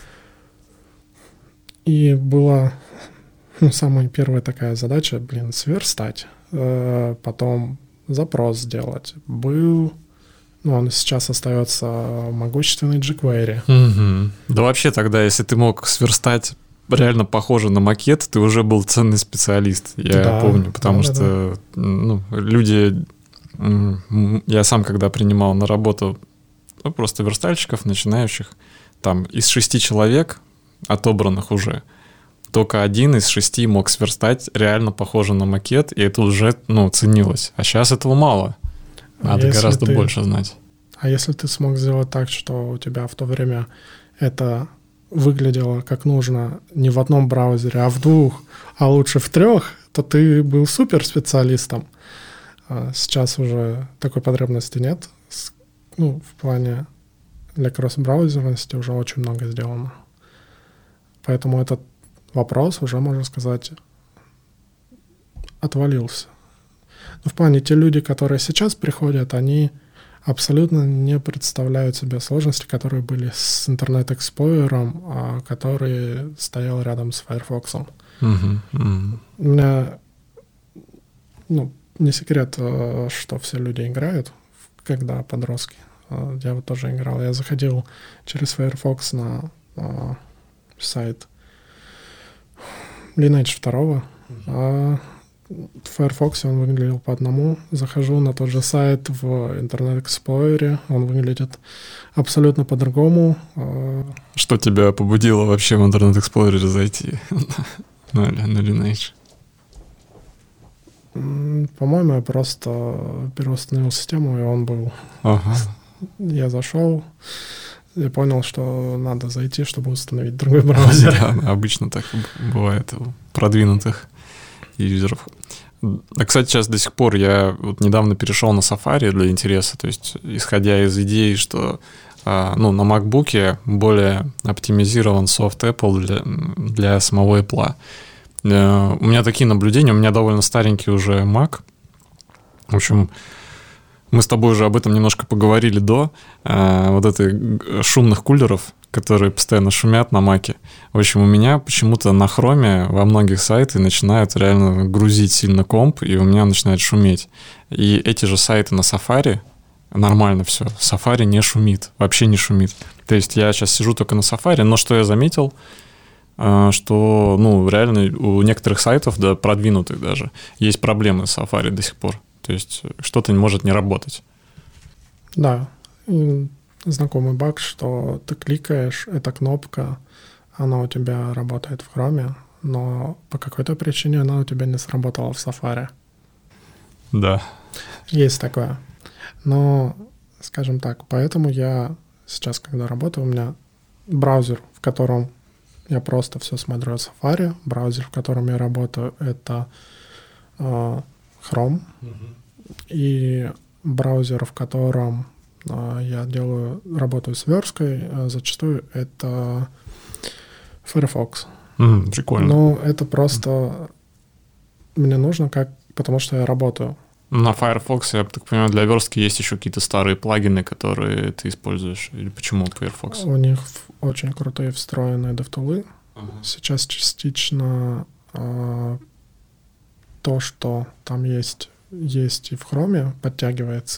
И была ну, самая первая такая задача, блин, сверстать. Э, потом запрос сделать. Был... Ну, он сейчас остается могущественный jQuery. Угу. Да вообще тогда, если ты мог сверстать реально похоже на макет, ты уже был ценный специалист, я да, помню, потому да, что да. Ну, люди... Я сам, когда принимал на работу ну, просто верстальщиков, начинающих, там из шести человек, отобранных уже, только один из шести мог сверстать реально похоже на макет, и это уже ну, ценилось. А сейчас этого мало. Надо если гораздо ты, больше знать. А если ты смог сделать так, что у тебя в то время это выглядело как нужно не в одном браузере, а в двух, а лучше в трех, то ты был суперспециалистом. Сейчас уже такой потребности нет. Ну, в плане для кросс-браузерности уже очень много сделано. Поэтому этот вопрос уже, можно сказать, отвалился. В плане те люди, которые сейчас приходят, они абсолютно не представляют себе сложности, которые были с Internet Explorer, который стоял рядом с Firefox. Uh-huh, uh-huh. У меня, ну, не секрет, что все люди играют, когда подростки. Я вот тоже играл. Я заходил через Firefox на, на сайт Lineage два. Uh-huh. В Firefox он выглядел по одному. Захожу на тот же сайт в Internet Explorer, он выглядит абсолютно по-другому. Что тебя побудило вообще в Internet Explorer зайти на, на Lineage? По-моему, я просто переустановил систему, и он был. Ага. Я зашел и понял, что надо зайти, чтобы установить другой браузер. Да, обычно так бывает у продвинутых юзеров. А, кстати, сейчас до сих пор я вот недавно перешел на Safari для интереса, то есть исходя из идеи, что ну, на MacBook'е более оптимизирован софт Apple для, для самого Apple. У меня такие наблюдения, у меня довольно старенький уже Mac. В общем, мы с тобой уже об этом немножко поговорили до вот этой шумных кулеров, которые постоянно шумят на Маке. В общем, у меня почему-то на Хроме во многих сайтах начинают реально грузить сильно комп, и у меня начинает шуметь. И эти же сайты на Safari, нормально все. Safari не шумит, вообще не шумит. То есть я сейчас сижу только на Safari, но что я заметил, что, ну, реально у некоторых сайтов, да, продвинутых даже, есть проблемы с Safari до сих пор. То есть что-то может не работать. Да, и знакомый баг, что ты кликаешь, эта кнопка, она у тебя работает в Chrome, но по какой-то причине она у тебя не сработала в Safari. Да. Есть такое. Но, скажем так, поэтому я сейчас, когда работаю, у меня браузер, в котором я просто все смотрю в Safari, браузер, в котором я работаю, это э, Chrome, mm-hmm. и браузер, в котором э, я делаю, работаю с версткой, э, зачастую это Firefox. Mm, прикольно. Ну, это просто mm. мне нужно, как, потому что я работаю. На Firefox, я так понимаю, для верстки есть еще какие-то старые плагины, которые ты используешь. Или почему Firefox? У них очень крутые встроенные DevTools. Uh-huh. Сейчас частично э, то, что там есть, есть и в Chrome, подтягивается.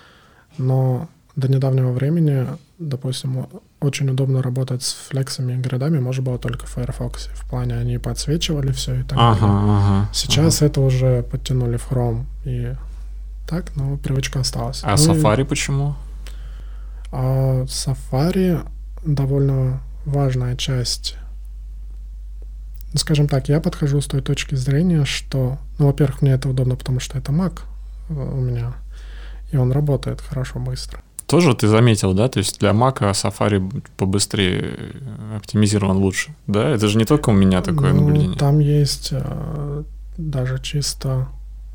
Но до недавнего времени, допустим, очень удобно работать с флексами и гридами можно было только в Firefox. В плане они подсвечивали все и так ага, далее. Ага, Сейчас ага. это уже подтянули в Chrome и так, но привычка осталась. А ну Safari и, почему? А Safari довольно важная часть. Скажем так, я подхожу с той точки зрения, что, ну, во-первых, мне это удобно, потому что это Mac у меня, и он работает хорошо, быстро. Тоже ты заметил, да? То есть для Mac Safari побыстрее оптимизирован лучше, да? Это же не только у меня такое ну, наблюдение. Там есть э, даже чисто...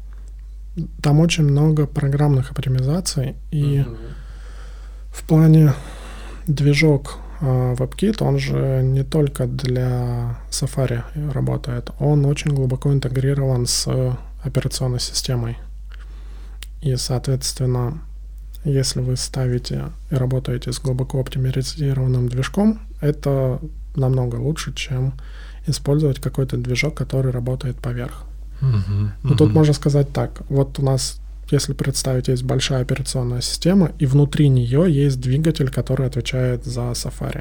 Там очень много программных оптимизаций, и mm-hmm. в плане движок э, WebKit, он же не только для Safari работает, он очень глубоко интегрирован с операционной системой. И, соответственно, если вы ставите и работаете с глубоко оптимизированным движком, это намного лучше, чем использовать какой-то движок, который работает поверх. Uh-huh, uh-huh. Но тут можно сказать так. Вот у нас, если представить, есть большая операционная система, и внутри нее есть двигатель, который отвечает за Safari.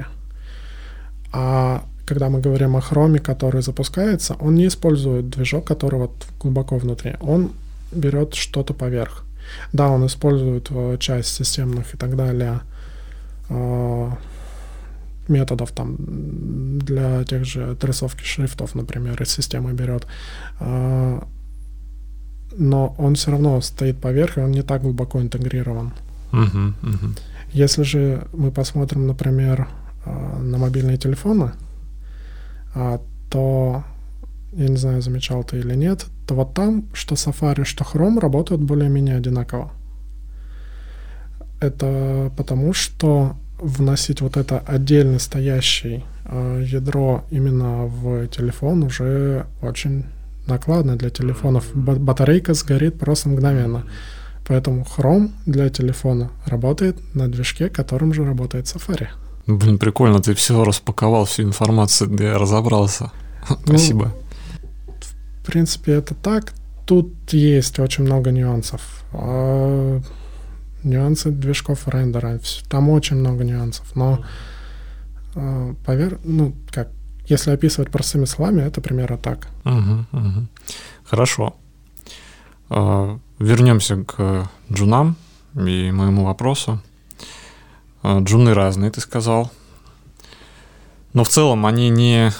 А когда мы говорим о Chrome, который запускается, он не использует движок, который вот глубоко внутри. Он берет что-то поверх. Да, он использует часть системных и так далее э, методов там для тех же отрисовки шрифтов, например, из системы берет. Э, но он все равно стоит поверх, и он не так глубоко интегрирован. Uh-huh, uh-huh. Если же мы посмотрим, например, э, на мобильные телефоны, э, то, я не знаю, замечал ты или нет, то вот там, что Safari, что Chrome работают более-менее одинаково. Это потому, что вносить вот это отдельно стоящее э, ядро именно в телефон уже очень накладно для телефонов. Б- батарейка сгорит просто мгновенно. Поэтому Chrome для телефона работает на движке, которым же работает Safari. Блин, прикольно, ты все распаковал, всю информацию, я разобрался. Спасибо. В принципе, это так. Тут есть очень много нюансов. А, нюансы движков рендера. Там очень много нюансов. Но а, повер... ну, как, если описывать простыми словами, это примерно так. Угу, угу. Хорошо. А, вернемся к джунам и моему вопросу. А, джуны разные, ты сказал. Но в целом они не...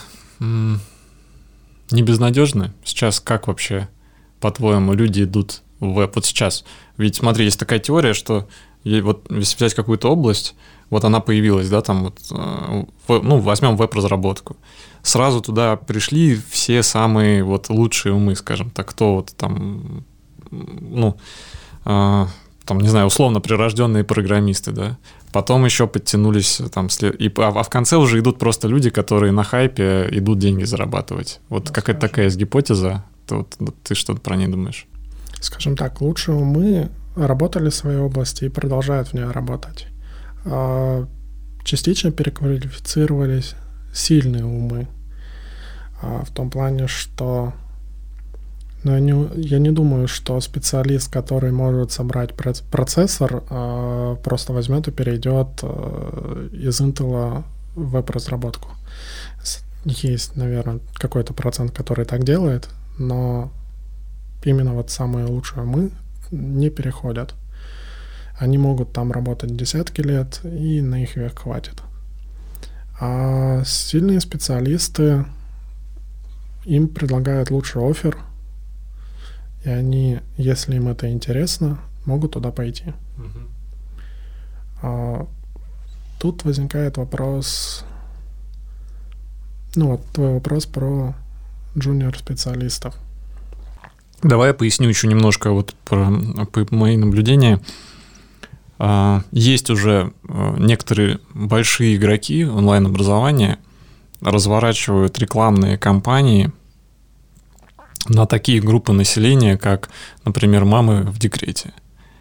не безнадежны? Сейчас как вообще, по-твоему, люди идут в веб? Вот сейчас. Ведь смотри, есть такая теория, что вот если взять какую-то область, вот она появилась, да, там вот, ну, возьмем веб-разработку. Сразу туда пришли все самые вот лучшие умы, скажем так, кто вот там, ну, там, не знаю, условно прирожденные программисты, да. Потом еще подтянулись там, и, а в конце уже идут просто люди, которые на хайпе идут деньги зарабатывать. Вот ну, какая-то такая есть гипотеза. Ты, вот, ты что про нее думаешь? Скажем так, лучшие умы работали в своей области и продолжают в ней работать. Частично переквалифицировались сильные умы. В том плане, что Но я не, я не думаю, что специалист, который может собрать процессор, просто возьмет и перейдет из Intel в веб-разработку. Есть, наверное, какой-то процент, который так делает, но именно вот самые лучшие умы не переходят. Они могут там работать десятки лет, и на их век хватит. А сильные специалисты, им предлагают лучший оффер, и они, если им это интересно, могут туда пойти. Uh-huh. А, тут возникает вопрос, ну вот твой вопрос про джуниор-специалистов. Давай я поясню еще немножко вот про, про мои наблюдения. А, есть уже некоторые большие игроки онлайн-образования, разворачивают рекламные кампании на такие группы населения, как, например, мамы в декрете.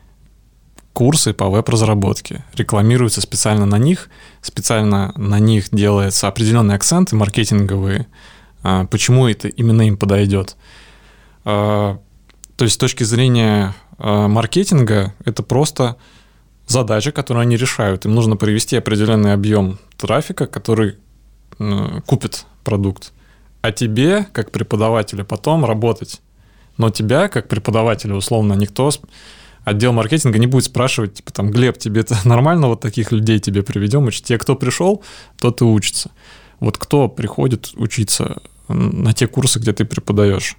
Курсы по веб-разработке рекламируются специально на них, специально на них делаются определенные акценты маркетинговые, почему это именно им подойдет. То есть с точки зрения маркетинга это просто задача, которую они решают. Им нужно привести определенный объем трафика, который купит продукт. А тебе, как преподавателю, потом работать. Но тебя, как преподавателя, условно, никто, отдел маркетинга не будет спрашивать, типа, там, Глеб, тебе это нормально, вот таких людей тебе приведем учить? Те, кто пришел, тот и учится. Вот кто приходит учиться на те курсы, где ты преподаешь?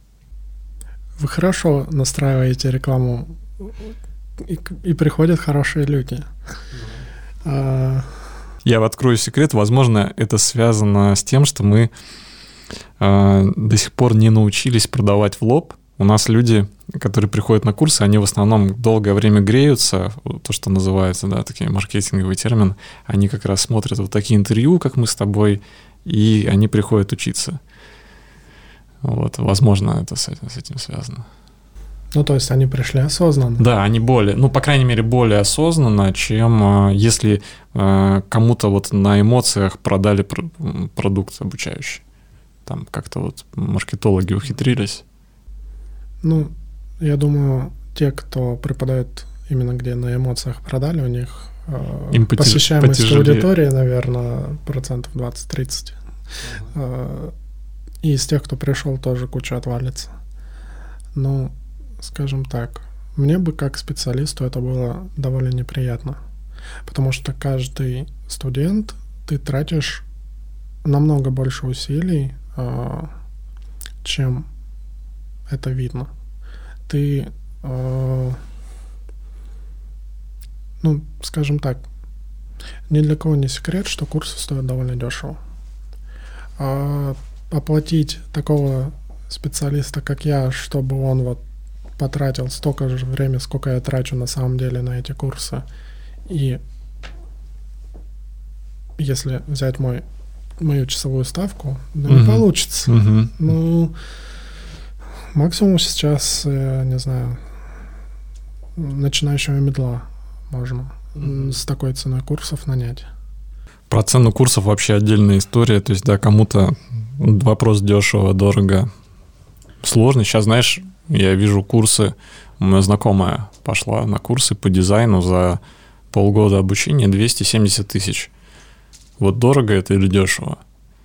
Вы хорошо настраиваете рекламу, и, и приходят хорошие люди. А... Я открою секрет, возможно, это связано с тем, что мы э, до сих пор не научились продавать в лоб. У нас люди, которые приходят на курсы, они в основном долгое время греются, то, что называется, да, такие маркетинговый термин, они как раз смотрят вот такие интервью, как мы с тобой, и они приходят учиться. Вот, возможно, это с этим, с этим связано. Ну, то есть они пришли осознанно? Да, они более, ну, по крайней мере, более осознанно, чем э, если э, кому-то вот на эмоциях продали пр- продукт обучающий. Там как-то вот маркетологи ухитрились. Ну, я думаю, те, кто преподает именно где на эмоциях продали, у них э, Им потяж- посещаемость потяжелее. Аудитории, наверное, процентов двадцать-тридцать. Uh-huh. Э, и из тех, кто пришел, тоже куча отвалится. Ну, скажем так, мне бы как специалисту это было довольно неприятно, потому что каждый студент ты тратишь намного больше усилий, э, чем это видно. Ты, э, ну, скажем так, ни для кого не секрет, что курсы стоят довольно дешево. А оплатить такого специалиста, как я, чтобы он вот потратил столько же времени, сколько я трачу на самом деле на эти курсы. И если взять мой, мою часовую ставку, да uh-huh. не получится. Uh-huh. Ну, максимум сейчас, я не знаю, начинающего медла можно uh-huh. с такой ценой курсов нанять. Про цену курсов вообще отдельная история. То есть, да, кому-то вопрос дешево, дорого, сложный. Сейчас, знаешь, я вижу курсы, у меня знакомая пошла на курсы по дизайну за полгода обучения двести семьдесят тысяч. Вот дорого это или дешево?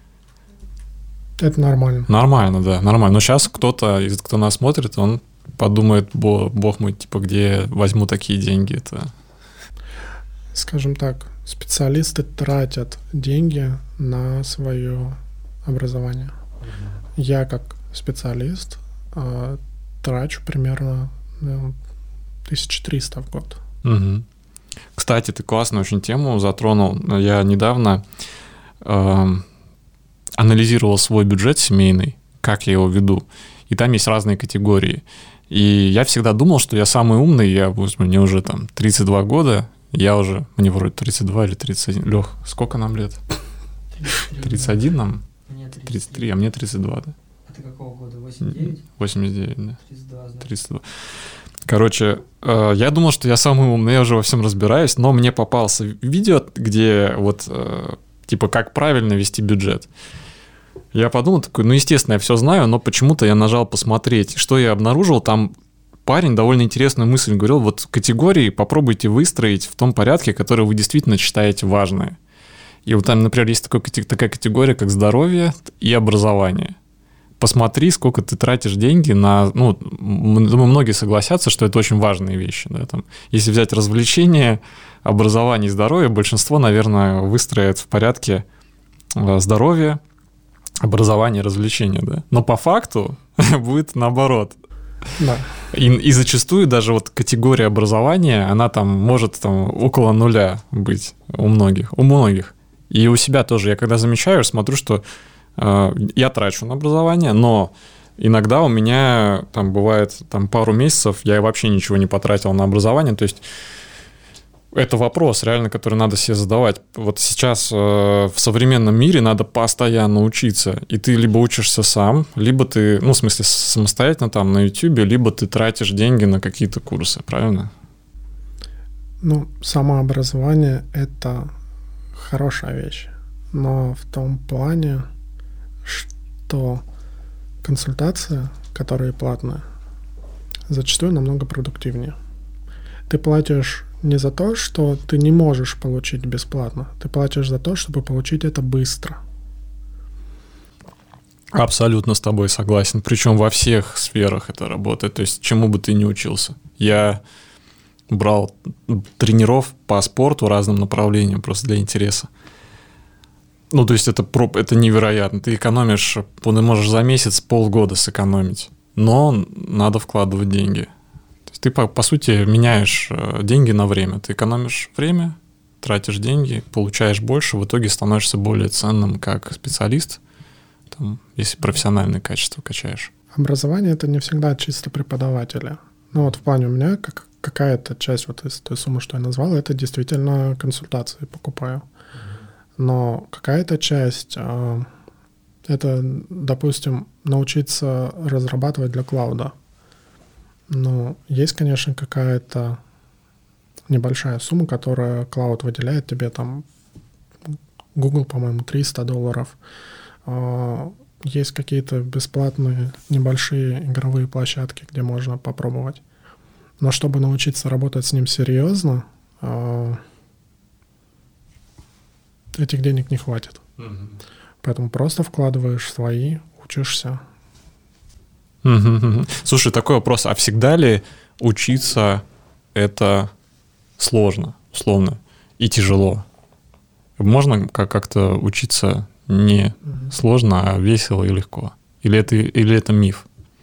Это нормально. Нормально, да, нормально. Но сейчас кто-то, кто нас смотрит, он подумает, бог мой, типа, где возьму такие деньги? Это... Скажем так, специалисты тратят деньги на свое образование. Mm-hmm. Я как специалист э, трачу примерно ну, тысяча триста в год. Угу. Кстати, ты классную очень тему затронул. Я недавно э, анализировал свой бюджет семейный, как я его веду. И там есть разные категории. И я всегда думал, что я самый умный. Я, мне уже там тридцать два года. Я уже, мне вроде тридцать два или тридцать один. Лёх, сколько нам лет? тридцать один нам? тридцать три, а мне тридцать два, да? А ты какого года? восемьдесят девять? восемьдесят девять, да. тридцать два, да. тридцать два. Короче, э, я думал, что я самый умный, я уже во всем разбираюсь, но мне попался видео, где вот, э, типа, как правильно вести бюджет. Я подумал, такой, ну, естественно, я все знаю, но почему-то я нажал посмотреть. Что я обнаружил, там парень довольно интересную мысль говорил, вот категории попробуйте выстроить в том порядке, который вы действительно считаете важные. И вот там, например, есть такой, такая категория, как здоровье и образование. Посмотри, сколько ты тратишь деньги на... Ну, думаю, многие согласятся, что это очень важные вещи. Да, там, если взять развлечения, образование и здоровье, большинство, наверное, выстроят в порядке здоровье, образование, развлечения. Да? Но по факту будет наоборот. Да. И, и зачастую даже вот категория образования, она там может там, около нуля быть у многих. У многих. И у себя тоже. Я когда замечаю, смотрю, что э, я трачу на образование, но иногда у меня там бывает там, пару месяцев, я вообще ничего не потратил на образование. То есть это вопрос, реально, который надо себе задавать. Вот сейчас э, в современном мире надо постоянно учиться. И ты либо учишься сам, либо ты, ну, в смысле, самостоятельно там на Ютубе, либо ты тратишь деньги на какие-то курсы, правильно? Ну, самообразование — это хорошая вещь, но в том плане, что консультации, которые платные, зачастую намного продуктивнее. Ты платишь не за то, что ты не можешь получить бесплатно, ты платишь за то, чтобы получить это быстро. Абсолютно с тобой согласен. Причем во всех сферах это работает. То есть чему бы ты ни учился. Я брал тренеров по спорту разным направлениям просто для интереса. Ну, то есть это, это невероятно. Ты экономишь, ты можешь за месяц полгода сэкономить, но надо вкладывать деньги. То есть ты, по, по сути, меняешь деньги на время. Ты экономишь время, тратишь деньги, получаешь больше, в итоге становишься более ценным как специалист, там, если профессиональные качества качаешь. Образование — это не всегда чисто преподаватели. Ну вот в плане у меня как, какая-то часть вот из той суммы, что я назвал, это действительно консультации покупаю. Но какая-то часть э, это, допустим, научиться разрабатывать для клауда. Но есть, конечно, какая-то небольшая сумма, которая клауд выделяет тебе там, Google, по-моему, триста долларов. Э, есть какие-то бесплатные небольшие игровые площадки, где можно попробовать. Но чтобы научиться работать с ним серьезно, э, этих денег не хватит. Mm-hmm. Поэтому просто вкладываешь свои, учишься. Mm-hmm. Слушай, такой вопрос. А всегда ли учиться это сложно, условно, и тяжело? Можно как-то учиться не mm-hmm. сложно, а весело и легко? Или это, или это миф?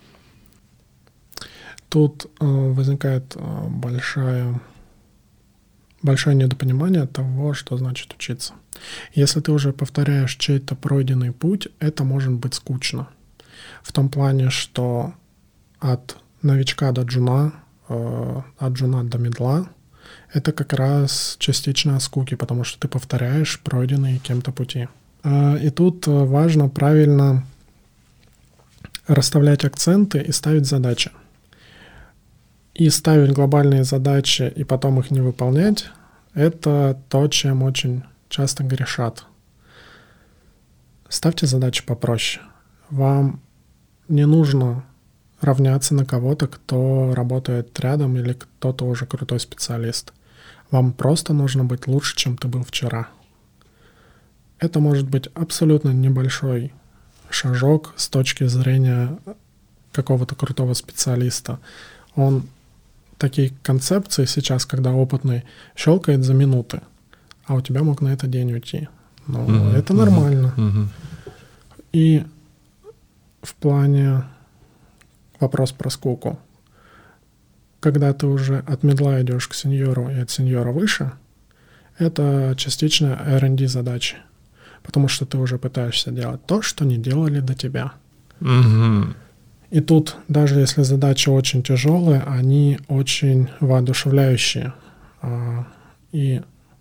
Тут э, возникает э, большая, большое недопонимание того, что значит учиться. Если ты уже повторяешь чей-то пройденный путь, это может быть скучно. В том плане, что от новичка до джуна, э, от джуна до мидла, это как раз частично скуки, потому что ты повторяешь пройденные кем-то пути. Э, и тут важно правильно расставлять акценты и ставить задачи. И ставить глобальные задачи и потом их не выполнять — это то, чем очень часто грешат. Ставьте задачи попроще. Вам не нужно равняться на кого-то, кто работает рядом или кто-то уже крутой специалист. Вам просто нужно быть лучше, чем ты был вчера. Это может быть абсолютно небольшой шажок с точки зрения какого-то крутого специалиста. Он такие концепции сейчас, когда опытный щелкает за минуты, а у тебя мог на это день уйти. Ну, mm-hmm. это нормально. Mm-hmm. И в плане вопрос про скуку. Когда ты уже от мидла идешь к сеньору и от сеньора выше, это частично эр энд ди задачи. Потому что ты уже пытаешься делать то, что не делали до тебя. Mm-hmm. И тут, даже если задачи очень тяжелые, они очень воодушевляющие. И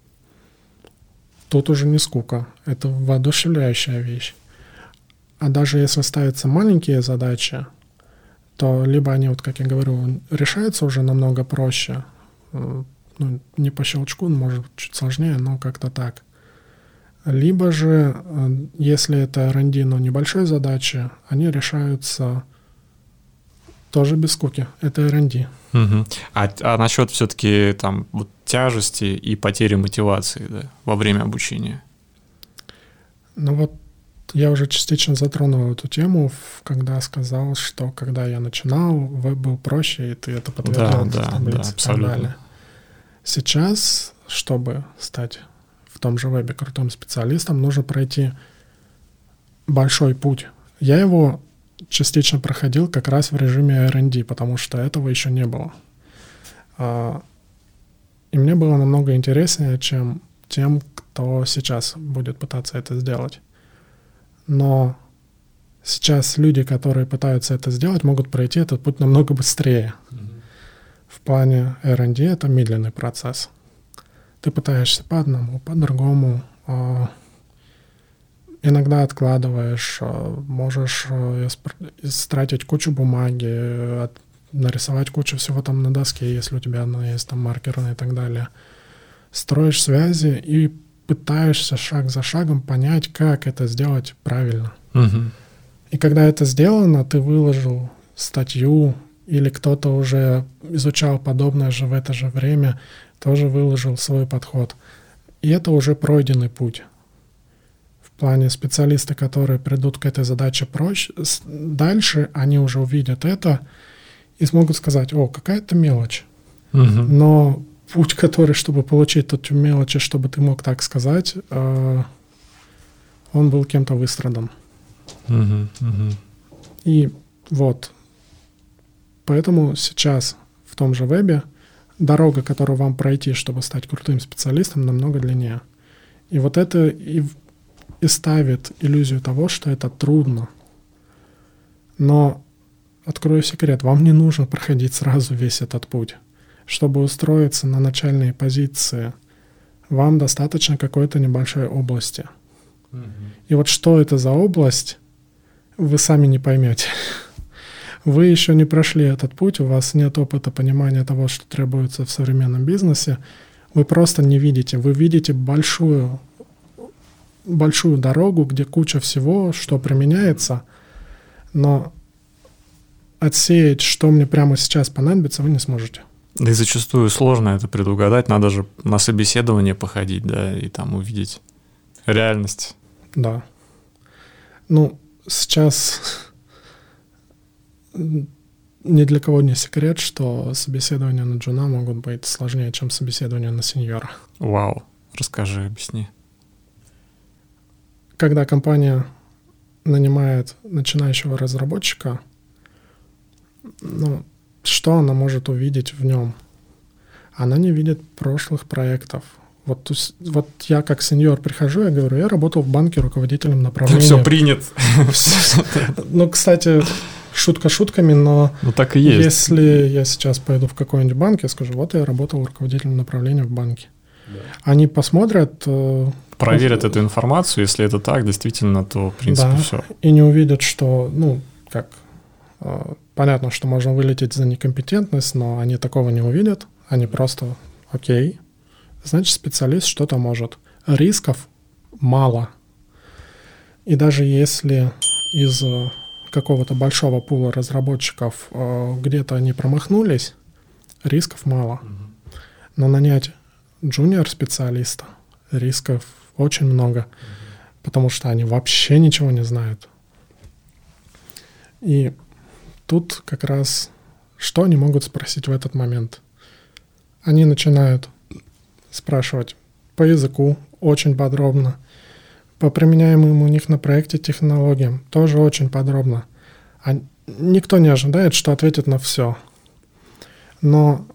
тут уже не скука, это воодушевляющая вещь. А даже если ставятся маленькие задачи, то либо они, вот как я говорю, решаются уже намного проще. Ну, не по щелчку, может быть, чуть сложнее, но как-то так. Либо же, если это эр энд ди, но небольшой задачи, они решаются тоже без скуки. Это эр энд ди. Угу. А, а насчет все-таки там вот тяжести и потери мотивации, да, во время обучения? Ну вот я уже частично затронул эту тему, когда сказал, что когда я начинал, веб был проще, и ты это подтвердил. Да, да, да, абсолютно. Сейчас, чтобы стать в том же вебе крутым специалистом, нужно пройти большой путь. Я его частично проходил как раз в режиме эр энд ди, потому что этого еще не было. И мне было намного интереснее, чем тем, кто сейчас будет пытаться это сделать. Но сейчас люди, которые пытаются это сделать, могут пройти этот путь намного быстрее. Mm-hmm. В плане эр энд ди это медленный процесс. Ты пытаешься по одному, по другому. Э, иногда откладываешь, э, можешь э, истратить кучу бумаги, от, нарисовать кучу всего там на доске, если у тебя она есть, там маркеры и так далее. Строишь связи и пытаешься шаг за шагом понять, как это сделать правильно. Угу. И когда это сделано, ты выложил статью, или кто-то уже изучал подобное же в это же время, тоже выложил свой подход. И это уже пройденный путь. В плане специалисты, которые придут к этой задаче проще, дальше они уже увидят это и смогут сказать: о, какая-то мелочь. Угу. Но путь, который, чтобы получить эту мелочь, чтобы ты мог так сказать, э, он был кем-то выстрадан. Uh-huh, uh-huh. И вот. Поэтому сейчас в том же вебе дорога, которую вам пройти, чтобы стать крутым специалистом, намного длиннее. И вот это и, и ставит иллюзию того, что это трудно. Но, открою секрет, вам не нужно проходить сразу весь этот путь. Чтобы устроиться на начальные позиции, вам достаточно какой-то небольшой области. Mm-hmm. И вот что это за область, вы сами не поймете. Вы еще не прошли этот путь, у вас нет опыта понимания того, что требуется в современном бизнесе. Вы просто не видите. Вы видите большую, большую дорогу, где куча всего, что применяется, но отсеять, что мне прямо сейчас понадобится, вы не сможете. Да и зачастую сложно это предугадать, надо же на собеседование походить, да, и там увидеть реальность. Да. Ну, сейчас ни для кого не секрет, что собеседования на джуна могут быть сложнее, чем собеседование на сеньора. Вау, расскажи, объясни. Когда компания нанимает начинающего разработчика, ну, что она может увидеть в нем? Она не видит прошлых проектов. Вот, вот я как сеньор прихожу, я говорю, я работал в банке руководителем направления. Все принят. Ну, кстати, шутка шутками, но ну, так и есть. Если я сейчас пойду в какой-нибудь банк, я скажу, вот я работал руководителем направления в банке. Да. Они посмотрят... Проверят эту информацию, если это так, действительно, то, в принципе, да, все. И не увидят, что, ну, как... Понятно, что можно вылететь за некомпетентность, но они такого не увидят. Они просто, окей, значит, специалист что-то может. Рисков мало. И даже если из какого-то большого пула разработчиков где-то они промахнулись, рисков мало. Но нанять джуниор-специалиста рисков очень много, потому что они вообще ничего не знают. И тут как раз что они могут спросить в этот момент? Они начинают спрашивать по языку очень подробно, по применяемым у них на проекте технологиям тоже очень подробно. А никто не ожидает, что ответят на все. Но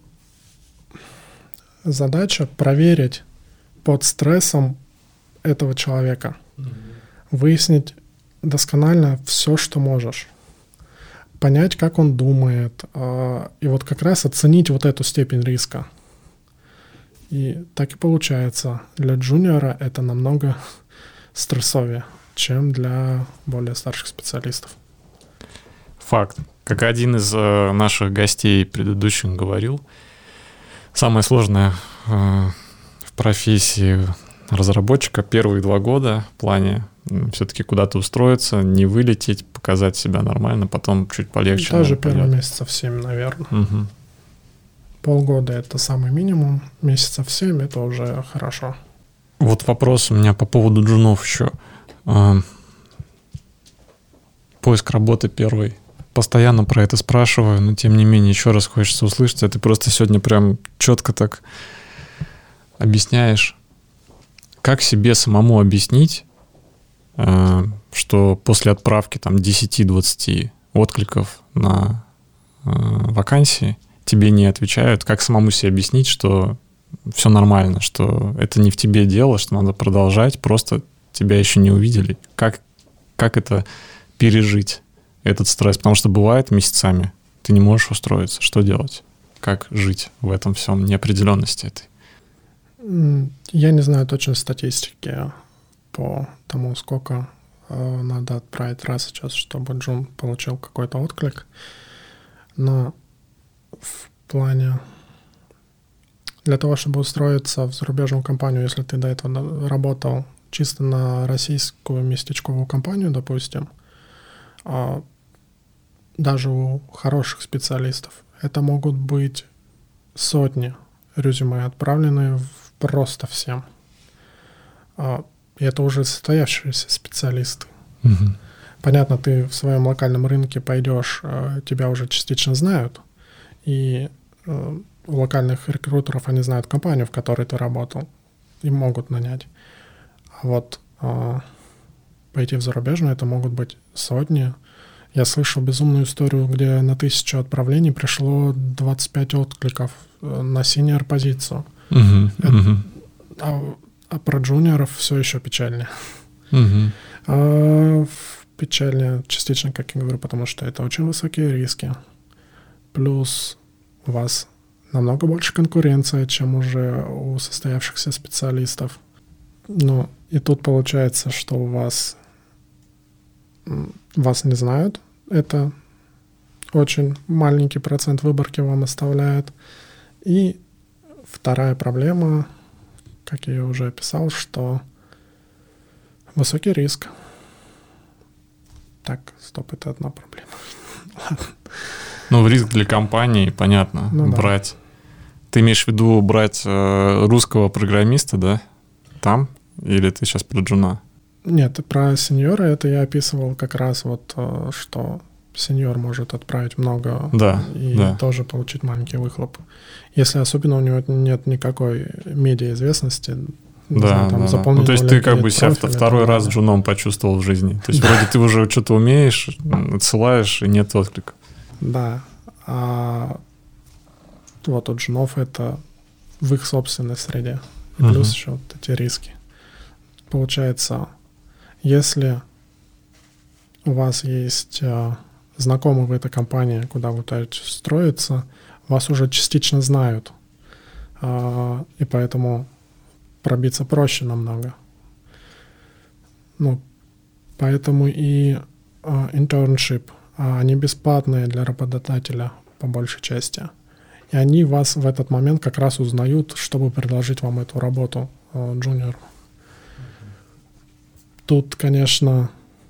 задача проверить под стрессом этого человека, mm-hmm. выяснить досконально все, что можешь. Понять, как он думает, и вот как раз оценить вот эту степень риска. И так и получается. Для джуниора это намного стрессовее, чем для более старших специалистов. Факт. Как один из э, наших гостей предыдущих говорил, самое сложное э, в профессии разработчика первые два года в плане все-таки куда-то устроиться, не вылететь, показать себя нормально, потом чуть полегче. Даже первые месяцев семь, наверное. Угу. Полгода — это самый минимум, месяцев семь — это уже хорошо. Вот вопрос у меня по поводу джунов еще. Поиск работы первый. Постоянно про это спрашиваю, но тем не менее еще раз хочется услышать. А ты просто сегодня прям четко так объясняешь. Как себе самому объяснить, что после отправки там десять-двадцать откликов на вакансии тебе не отвечают? Как самому себе объяснить, что все нормально, что это не в тебе дело, что надо продолжать, просто тебя еще не увидели? Как, как это пережить, этот стресс? Потому что бывает месяцами ты не можешь устроиться. Что делать? Как жить в этом всем неопределенности этой? Я не знаю точно статистики по тому, сколько э, надо отправить раз сейчас, чтобы джун получил какой-то отклик. Но в плане для того, чтобы устроиться в зарубежную компанию, если ты до этого работал чисто на российскую местечковую компанию, допустим, э, даже у хороших специалистов, это могут быть сотни резюме, отправленные в просто всем. Э, И это уже состоявшиеся специалисты. Угу. Понятно, ты в своем локальном рынке пойдешь, тебя уже частично знают, и у локальных рекрутеров они знают компанию, в которой ты работал, и могут нанять. А вот пойти в зарубежную — это могут быть сотни. Я слышал безумную историю, где на тысячу отправлений пришло двадцать пять откликов на синьор позицию. Угу. Это, угу. а, А про джуниоров все еще печальнее. Угу. А, печальнее частично, как я говорю, потому что это очень высокие риски. Плюс у вас намного больше конкуренция, чем уже у состоявшихся специалистов. Ну, и тут получается, что у вас вас не знают. Это очень маленький процент выборки вам оставляет. И вторая проблема, как я уже описал, что высокий риск. Так, стоп, это одна проблема. Ну, риск для компании, понятно, ну, брать. Да. Ты имеешь в виду брать э, русского программиста, да, там? Или ты сейчас про джуна? Нет, про сеньора это я описывал как раз вот, что сеньор может отправить много да, и да. тоже получить маленький выхлоп. Если особенно у него нет никакой медиаизвестности, да, знаю, там, да. Ну, то есть ты как бы себя второй раз джуном почувствовал в жизни. То есть вроде ты уже что-то умеешь, отсылаешь, и нет отклика. Да. А вот у джунов это в их собственной среде. И плюс uh-huh. еще вот эти риски. Получается, если у вас есть а, знакомый в этой компании, куда вы пытаетесь устроиться, вас уже частично знают. А, и поэтому пробиться проще намного. Ну, поэтому и а, internship, а, они бесплатные для работодателя по большей части. И они вас в этот момент как раз узнают, чтобы предложить вам эту работу а, джуниору. Тут, конечно,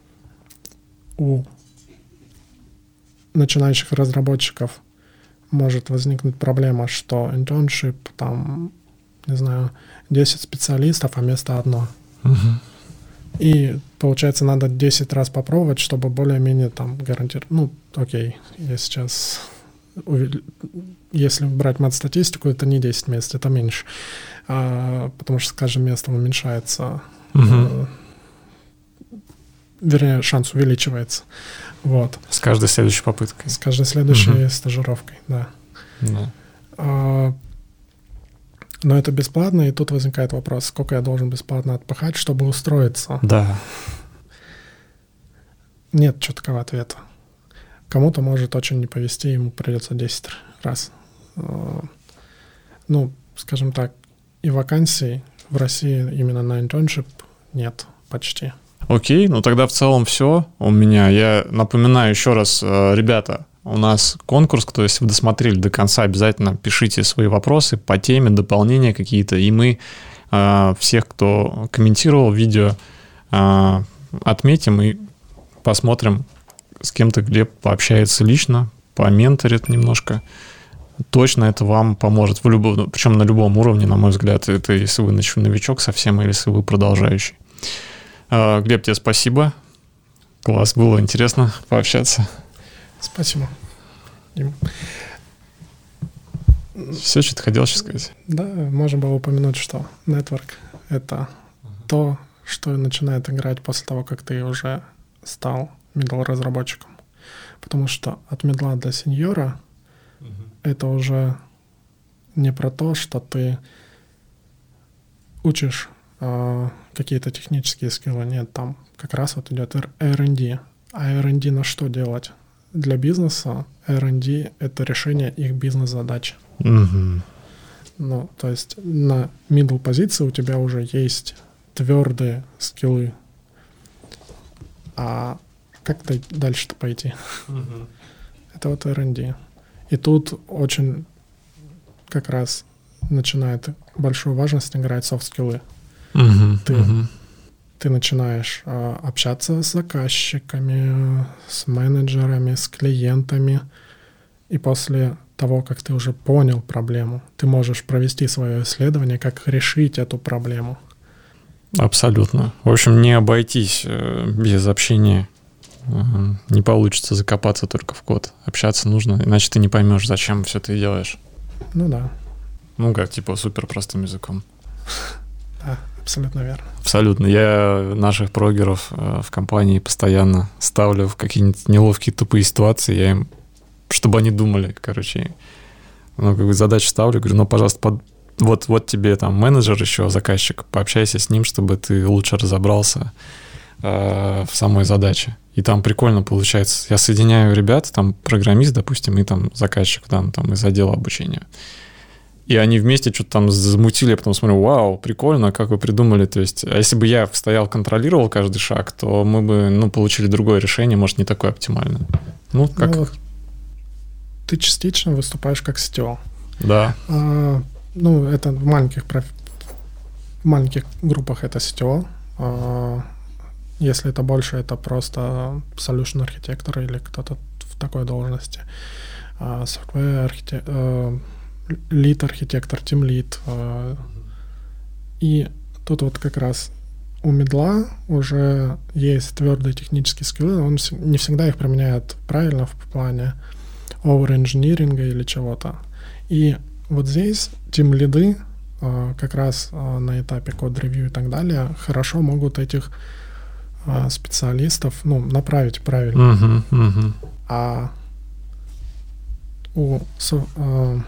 у начинающих разработчиков может возникнуть проблема, что internship, там, не знаю, десять специалистов, а место одно. Uh-huh. И, получается, надо десять раз попробовать, чтобы более-менее там гарантировать. Ну, окей, я сейчас... Если брать мат-статистику, это не десять мест, это меньше. А, потому что с каждым местом уменьшается... Uh-huh. Вернее, шанс увеличивается. Вот. С каждой следующей попыткой. С каждой следующей uh-huh. стажировкой, да. Uh-huh. А, но это бесплатно, и тут возникает вопрос, сколько я должен бесплатно отпахать, чтобы устроиться? Да. Нет четкого ответа. Кому-то может очень не повезти, ему придется десять раз. А, ну, скажем так, и вакансий в России именно на internship нет почти. Окей, ну тогда в целом все у меня. Я напоминаю еще раз, ребята, у нас конкурс, кто, если вы досмотрели до конца, обязательно пишите свои вопросы по теме, дополнения какие-то, и мы Всех, кто комментировал видео, отметим и посмотрим, с кем-то Глеб пообщается лично, поменторит немножко. Точно это вам поможет. В любом, причем на любом уровне, на мой взгляд. Это если вы новичок совсем или если вы продолжающий. Глеб, тебе спасибо. Класс, было интересно пообщаться. Спасибо. Дим. Все, что ты хотел сейчас сказать? Да, можно было упомянуть, что network — это uh-huh. то, что начинает играть после того, как ты уже стал middle-разработчиком. Потому что от мидла до сеньора uh-huh. это уже не про то, что ты учишь э, какие-то технические скиллы. Нет, там как раз вот идет эр энд ди. А эр энд ди на что делать? Для бизнеса эр энд ди — это решение их бизнес-задач. Угу. Ну, то есть на middle позиции у тебя уже есть твердые скиллы. А как дальше-то пойти? Угу. Это вот эр энд ди. И тут очень как раз начинает большую важность играть софт-скиллы. Угу. Ты, угу. ты начинаешь а, общаться с заказчиками, с менеджерами, с клиентами, и после того, как ты уже понял проблему, ты можешь провести свое исследование, как решить эту проблему. Абсолютно. В общем, не обойтись без общения. Не получится закопаться только в код. Общаться нужно, иначе ты не поймешь, зачем все ты делаешь. Ну да. Ну как, типа, супер простым языком. Да, абсолютно верно. Абсолютно. Я наших прогеров в компании постоянно ставлю в какие-нибудь неловкие тупые ситуации. Я им, чтобы они думали, короче, ну, как бы задачу ставлю, говорю, ну, пожалуйста, под... вот, вот тебе там менеджер еще, заказчик, пообщайся с ним, чтобы ты лучше разобрался э, в самой задаче. И там прикольно получается. Я соединяю ребят, там программист, допустим, и там заказчик там, там из отдела обучения. И они вместе что-то там замутили, я потом смотрю, вау, прикольно, как вы придумали. То есть, а если бы я стоял, контролировал каждый шаг, то мы бы, ну, получили другое решение, может, не такое оптимальное. Ну, как... Ну, ты частично выступаешь как си ти о. Да. А, ну, это в маленьких, проф... в маленьких группах это си ти о. А, если это больше, это просто solution архитектор или кто-то в такой должности. А, software архитектор, а, lead архитектор, team lead. А, и тут вот как раз у мидла уже есть твердые технические скиллы, он не всегда их применяет правильно в плане овер-инжиниринга или чего-то. И вот здесь тим-лиды э, как раз э, на этапе код-ревью и так далее хорошо могут этих э, специалистов, ну, направить правильно. Uh-huh, uh-huh. А у со, э,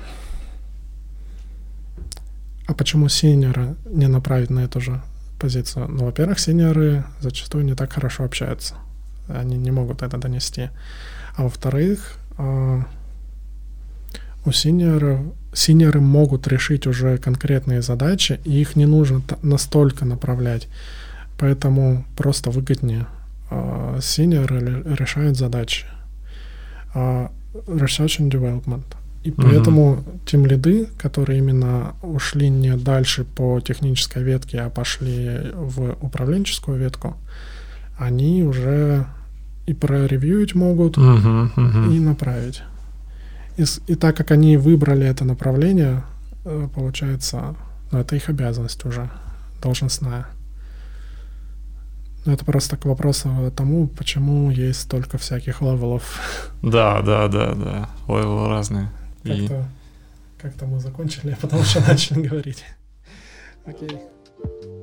а почему сеньора не направить на эту же позицию? Ну, во-первых, сеньоры зачастую не так хорошо общаются. Они не могут это донести. А во-вторых, Uh, у синьоров, синьоры могут решить уже конкретные задачи, и их не нужно т- настолько направлять. Поэтому просто выгоднее. Uh, синьоры л- решают задачи. Uh, research and development. И mm-hmm. поэтому тимлиды, которые именно ушли не дальше по технической ветке, а пошли в управленческую ветку, они уже и проревьюить могут, uh-huh, uh-huh. и направить. И, и так как они выбрали это направление, получается, ну, это их обязанность уже, должностная. Но это просто к вопросу тому, почему есть столько всяких левелов. Да, да, да, да. Левелы разные. Как-то, и... как-то мы закончили, а потом еще начали говорить. Окей.